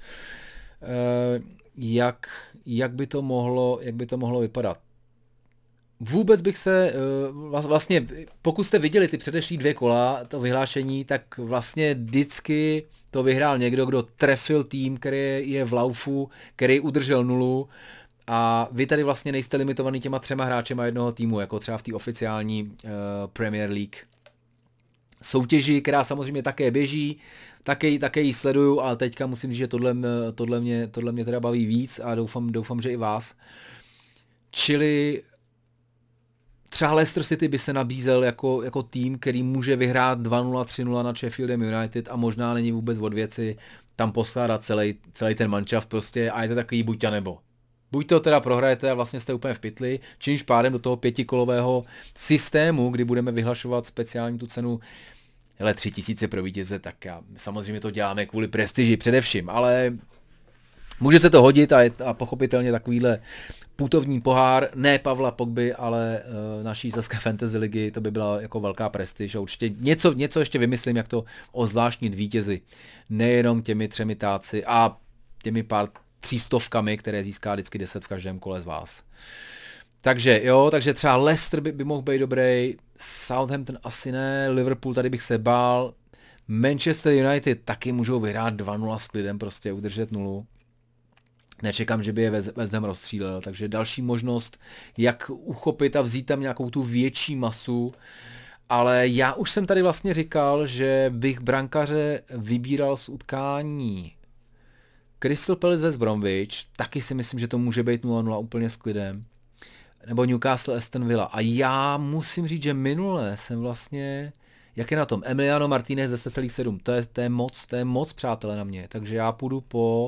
jak by to mohlo vypadat. Vůbec bych se, vlastně, pokud jste viděli ty předešlý 2 kola, to vyhlášení, tak vlastně vždycky to vyhrál někdo, kdo trefil tým, který je v laufu, který udržel 0. A vy tady vlastně nejste limitovaný těma 3 hráčema jednoho týmu, jako třeba v té oficiální Premier League soutěži, která samozřejmě také běží, také ji sleduju, ale teďka musím říct, že tohle mě teda baví víc a doufám, že i vás. Čili třeba Leicester City by se nabízel jako tým, který může vyhrát 2-0, 3-0 nad Sheffieldem United a možná není vůbec od věci tam poskládat celý ten manšaft prostě a je to takový buď a nebo. Buď to teda prohrajete a vlastně jste úplně v pytli, čímž pádem do toho 5kolového systému, kdy budeme vyhlašovat speciální tu cenu 3000 pro vítěze, tak samozřejmě to děláme kvůli prestiži především, ale může se to hodit a pochopitelně takovýhle putovní pohár, ne Pavla Pogby, ale naší saské fantasy ligy, to by byla jako velká prestiž a určitě něco ještě vymyslím, jak to ozvláštnit vítězi, nejenom těmi 3 táci a těmi pár 300, které získá vždycky 10 v každém kole z vás. Takže třeba Leicester by mohl být dobrý, Southampton asi ne, Liverpool tady bych se bál, Manchester United taky můžou vyhrát 2-0 s klidem, prostě udržet 0. Nečekám, že by je West Ham rozstřílel, takže další možnost, jak uchopit a vzít tam nějakou tu větší masu, ale já už jsem tady vlastně říkal, že bych brankaře vybíral z utkání Crystal Palace West Bromwich, taky si myslím, že to může být 0-0 úplně s klidem, nebo Newcastle Aston Villa. A já musím říct, že minule jsem vlastně, jak je na tom, Emiliano Martinez 10,7, to je moc přátelé na mě, takže já půjdu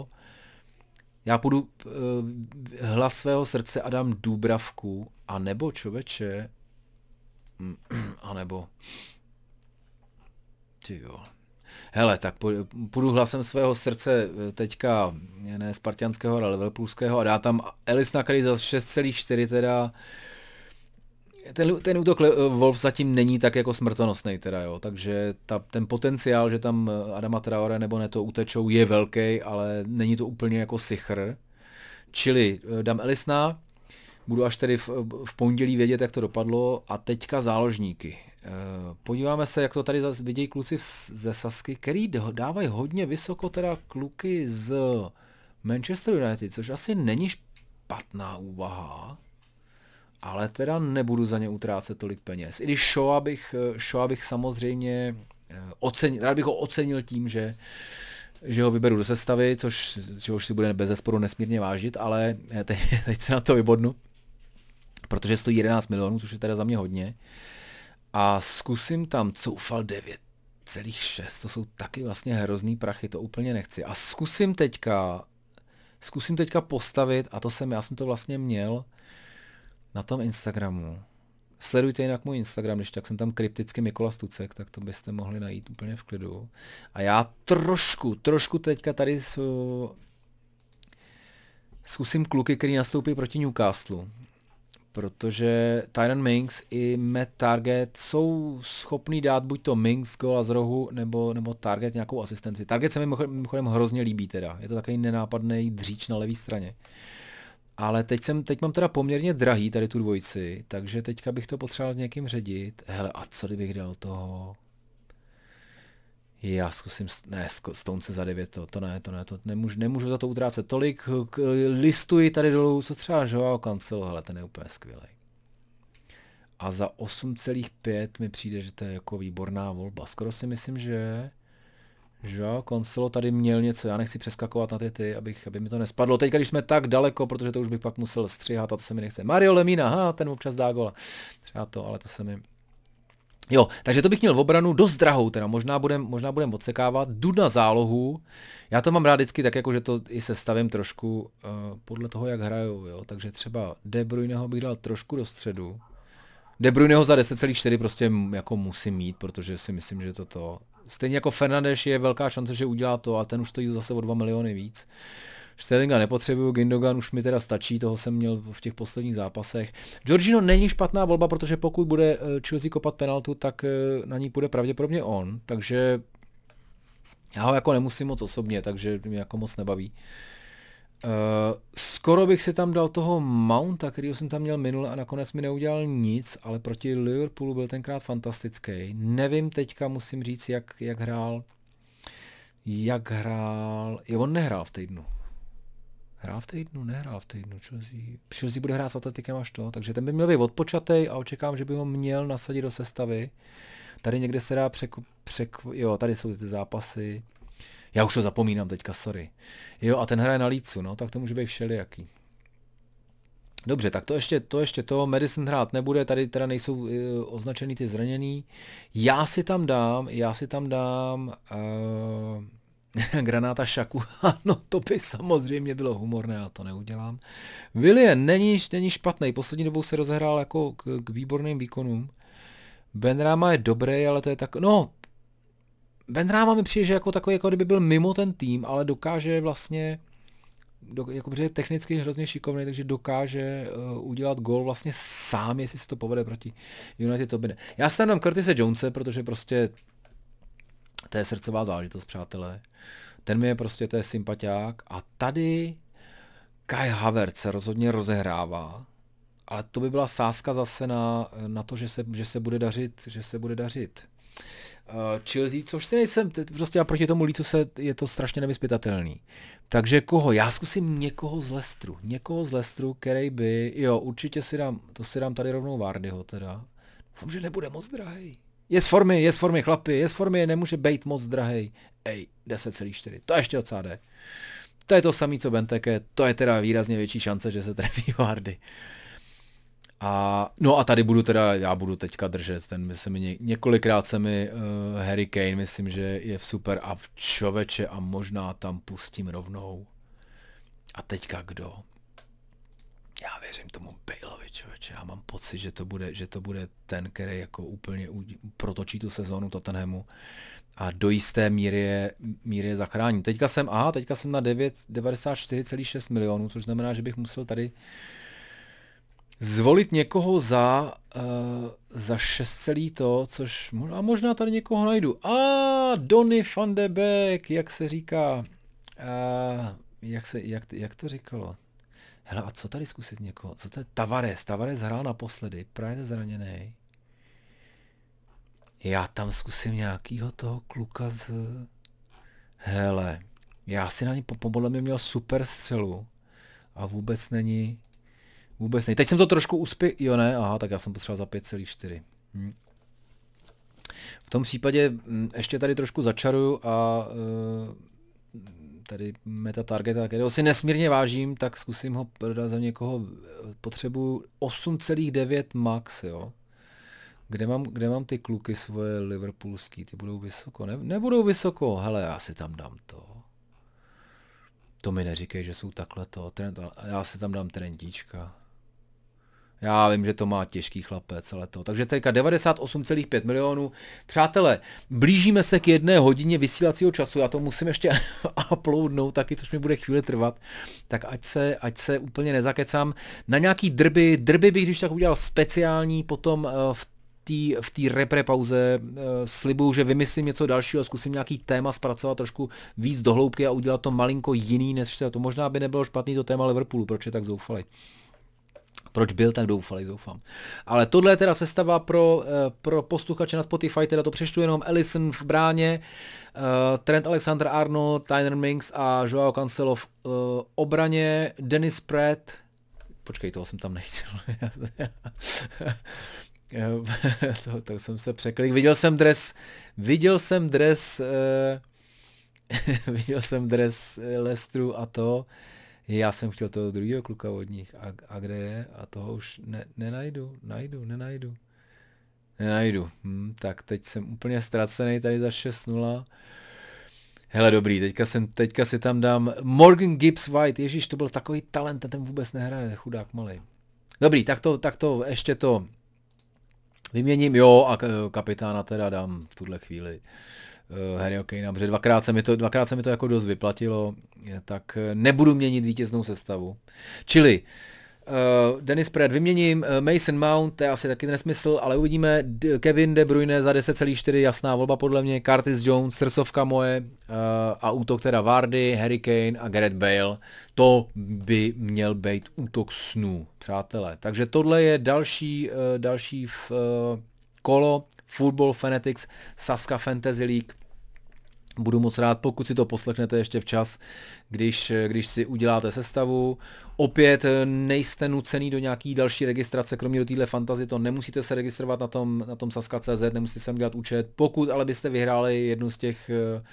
hlas svého srdce a dám Dubravku, anebo člověče, anebo, tyjo. Hele, tak půjdu hlasem svého srdce teďka, ne spartianského, ale liverpoolského a dá tam Alisona, který za 6,4 teda, ten útok Wolves zatím není tak jako smrtonosný teda, jo, takže ten potenciál, že tam Adama Traore nebo Neto utečou je velký, ale není to úplně jako sichr, čili dám Alisona, budu až tedy v pondělí vědět, jak to dopadlo a teďka záložníky. Podíváme se, jak to tady zase vidějí kluci ze Sasky, který dávají hodně vysoko teda kluky z Manchester United, což asi není špatná úvaha, ale teda nebudu za ně utrácet tolik peněz. I když Shaw bych samozřejmě ocenil, rád bych ho ocenil tím, že ho vyberu do sestavy, čehož si bude bezesporu nesmírně vážit, ale teď se na to vybodnu, protože stojí 11 milionů, což je teda za mě hodně. A zkusím tam coufal 9,6, to jsou taky vlastně hrozný prachy, to úplně nechci. A zkusím teďka postavit, a já jsem to vlastně měl na tom Instagramu. Sledujte jinak můj Instagram, když tak jsem tam krypticky Mikola Stucek, tak to byste mohli najít úplně v klidu. A já trošku teďka tady zkusím kluky, který nastoupí proti Newcastle. Protože Tyrone Mings i Matt Target jsou schopný dát buď to Mings góla z rohu, nebo Target nějakou asistenci. Target se mi mimochodem hrozně líbí teda. Je to takový nenápadný dříč na levé straně. Ale teď mám teda poměrně drahý tady tu dvojici, takže teďka bych to potřeboval někým ředit. Hele, a co kdybych dal toho? Já zkusím, Stonese za 9, to nemůžu za to utrácet tolik, listuji tady dolů, co třeba Joao Cancelo, hele, ten je úplně skvělej. A za 8,5 mi přijde, že to je jako výborná volba, skoro si myslím, že Joao Cancelo tady měl něco, já nechci přeskakovat na ty, aby mi to nespadlo, teďka když jsme tak daleko, protože to už bych pak musel střihat a to se mi nechce. Mario Lemina, ten občas dá gola, třeba to, ale to se mi... Jo, takže to bych měl v obranu dost drahou, teda možná budem odsekávat, jdu na zálohu, já to mám rád vždycky tak, jako že to i sestavím trošku podle toho, jak hrajou, jo, takže třeba De Bruyneho bych dal trošku do středu, De Bruyneho za 10,4 prostě jako musím mít, protože si myslím, že stejně jako Fernandes je velká šance, že udělá to a ten už stojí zase o 2 miliony víc. Sterlinga nepotřebuju, Gündogan už mi teda stačí, toho jsem měl v těch posledních zápasech. Jorginho není špatná volba, protože pokud bude Chelsea kopat penaltu, tak na ní půjde pravděpodobně on, takže já ho jako nemusím moc osobně, takže mě jako moc nebaví. Skoro bych si tam dal toho Mounta, kterýho jsem tam měl minule a nakonec mi neudělal nic, ale proti Liverpoolu byl tenkrát fantastický. Nevím teďka, musím říct, jak hrál. On nehrál v týdnu. Nehrál v týdnu. Chelsea bude hrát s Atletikem až to, takže ten by měl být odpočatej a očekám, že by ho měl nasadit do sestavy. Tady někde se dá jo, tady jsou ty zápasy. Já už to zapomínám teďka, sorry. Jo, a ten hraje na Leedsu, no, tak to může být všelijaký. Dobře, tak to ještě to, Madison hrát nebude, tady teda nejsou označený ty zraněný. Já si tam dám Granáta Šaku, ano, to by samozřejmě bylo humorné, ale to neudělám. Willian není špatný, poslední dobou se rozehrál jako k výborným výkonům. Benrahma je dobrý, ale to je tak, no, Benrahma mi přijde, že jako takový, jako kdyby byl mimo ten tým, ale dokáže vlastně, protože je technicky hrozně šikovný, takže dokáže udělat gól vlastně sám, jestli se to povede proti United, to by ne. Já si tam dám Curtise Jonese, protože prostě to je srdcová záležitost, přátelé. Ten mi je prostě, to je sympatiák. A tady Kai Havertz se rozhodně rozehrává, ale to by byla sázka zase na to, že se bude dařit. Chelsea, což si nejsem, prostě a proti tomu Leedsu je to strašně nevyzpytatelný. Takže koho? Já zkusím někoho z Leicesteru, který by, jo, určitě si dám tady rovnou Vardyho teda. Doufám, že nebude moc drahej. Je z formy, chlapi, nemůže být moc drahej. 10,4, to ještě docela jde. To je to samý, co Benteke, to je teda výrazně větší šance, že se trefí Vardy. No a tady já budu teďka držet, několikrát se mi Harry Kane, myslím, že je super a čověče a možná tam pustím rovnou. A teďka kdo? Já věřím tomu Baleovi, člověče, já mám pocit, že to bude ten, který jako úplně protočí tu sezónu Tottenhamu a do jisté míry je zachrání. Teďka jsem na 94,6 milionů, což znamená, že bych musel tady zvolit někoho za 6 to, což možná tady někoho najdu. Donny van de Beek, jak se říká. Jak to říkalo? Hele, a co tady zkusit někoho? Co to je? Tavares hrál naposledy, právě je zraněný. Já tam zkusím nějakýho toho kluka Hele, já si na ní podle mě měl super střelu a vůbec není. Teď jsem to trošku jo ne, tak já jsem potřeboval za 5,4. V tom případě ještě tady trošku začaruju a tady meta target, kterého si nesmírně vážím, tak zkusím ho prodat za někoho, potřebuju 8,9 max, jo. Kde mám ty kluky svoje liverpoolský, ty budou vysoko, nebudou vysoko, hele, já si tam dám to. To mi neříkej, že jsou takhle já si tam dám Trentíčka. Já vím, že to má těžký chlapec, ale to. Takže teďka 98,5 milionů. Přátelé, blížíme se k 1 hodině vysílacího času, já to musím ještě uploadnout taky, což mi bude chvíli trvat, tak ať se úplně nezakecám. Na nějaký drby bych když tak udělal speciální, potom v té repre pauze slibuju, že vymyslím něco dalšího, zkusím nějaký téma zpracovat trošku víc do hloubky a udělat to malinko jiný, než to možná by nebylo špatný to téma Liverpoolu, proč je tak zoufalý. Proč byl tak doufám. Ale tohle je teda sestava pro posluchače na Spotify, teda to přečtu jenom: Alisson v bráně, Trent Alexander-Arnold, Tyler Mings a Joao Cancelo v obraně, Dennis Pratt, počkej, toho jsem tam nechtěl. to jsem se překlik. Viděl jsem dres Leicesteru a to. Já jsem chtěl toho druhého kluka od nich. A kde je? A toho už nenajdu. Tak teď jsem úplně ztracený tady za 6-0. Hele, dobrý, teďka si tam dám Morgan Gibbs White. Ježíš, to byl takový talent, ten vůbec nehraje, chudák malej. Dobrý, tak to ještě to vyměním. Jo, a kapitána teda dám v tuhle chvíli. Harryho Kanea, protože dvakrát se mi to jako dost vyplatilo, tak nebudu měnit vítěznou sestavu. Čili Dennis Pratt vyměním, Mason Mount, to je asi taky nesmysl, ale uvidíme. Kevin De Bruyne za 10,4, jasná volba podle mě, Curtis Jones, srdcovka moje, a útok teda Vardy, Harry Kane a Gareth Bale. To by měl být útok snů, přátelé. Takže tohle je další kolo Football Fanatics Sazka Fantasy League. Budu moc rád, pokud si to poslechnete ještě včas, když si uděláte sestavu. Opět nejste nucený do nějaký další registrace, kromě do téhle fantasy, to nemusíte se registrovat na tom Sazka.cz, nemusíte sem dělat účet. Pokud ale byste vyhráli jednu z těch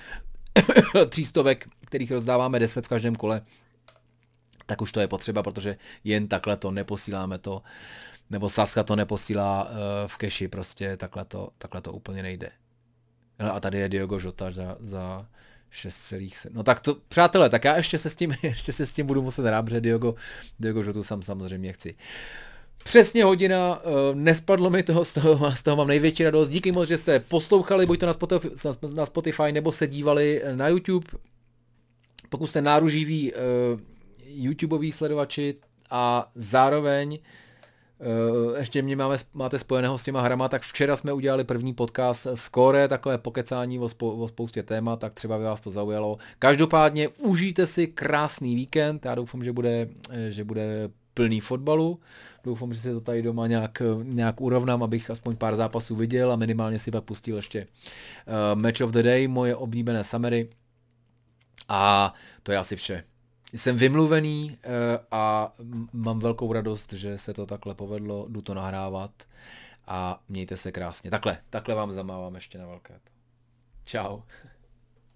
300, kterých rozdáváme 10 v každém kole, tak už to je potřeba, protože jen takhle to neposíláme to, nebo Sazka to neposílá v keši, prostě takhle to úplně nejde. A tady je Diogo Jota za 6,7. No tak to, přátelé, tak já ještě se s tím budu muset hrát, protože Diogo Jotu samozřejmě chci. Přesně hodina, nespadlo mi toho, z toho mám největší radost. Díky moc, že jste poslouchali, buď to na Spotify, nebo se dívali na YouTube. Pokud jste náruživí YouTubeoví sledovači a zároveň ještě mě máte spojeného s těma hrama, tak včera jsme udělali první podcast Score, takové pokecání o spoustě témat, tak třeba by vás to zaujalo. Každopádně užijte si krásný víkend, já doufám, že bude plný fotbalu, doufám, že si to tady doma nějak urovnám, abych aspoň pár zápasů viděl a minimálně si pak pustil ještě Match of the Day, moje oblíbené summary, a to je asi vše. Jsem vymluvený a mám velkou radost, že se to takhle povedlo, jdu to nahrávat a mějte se krásně. Takhle vám zamávám ještě na velké. Čau.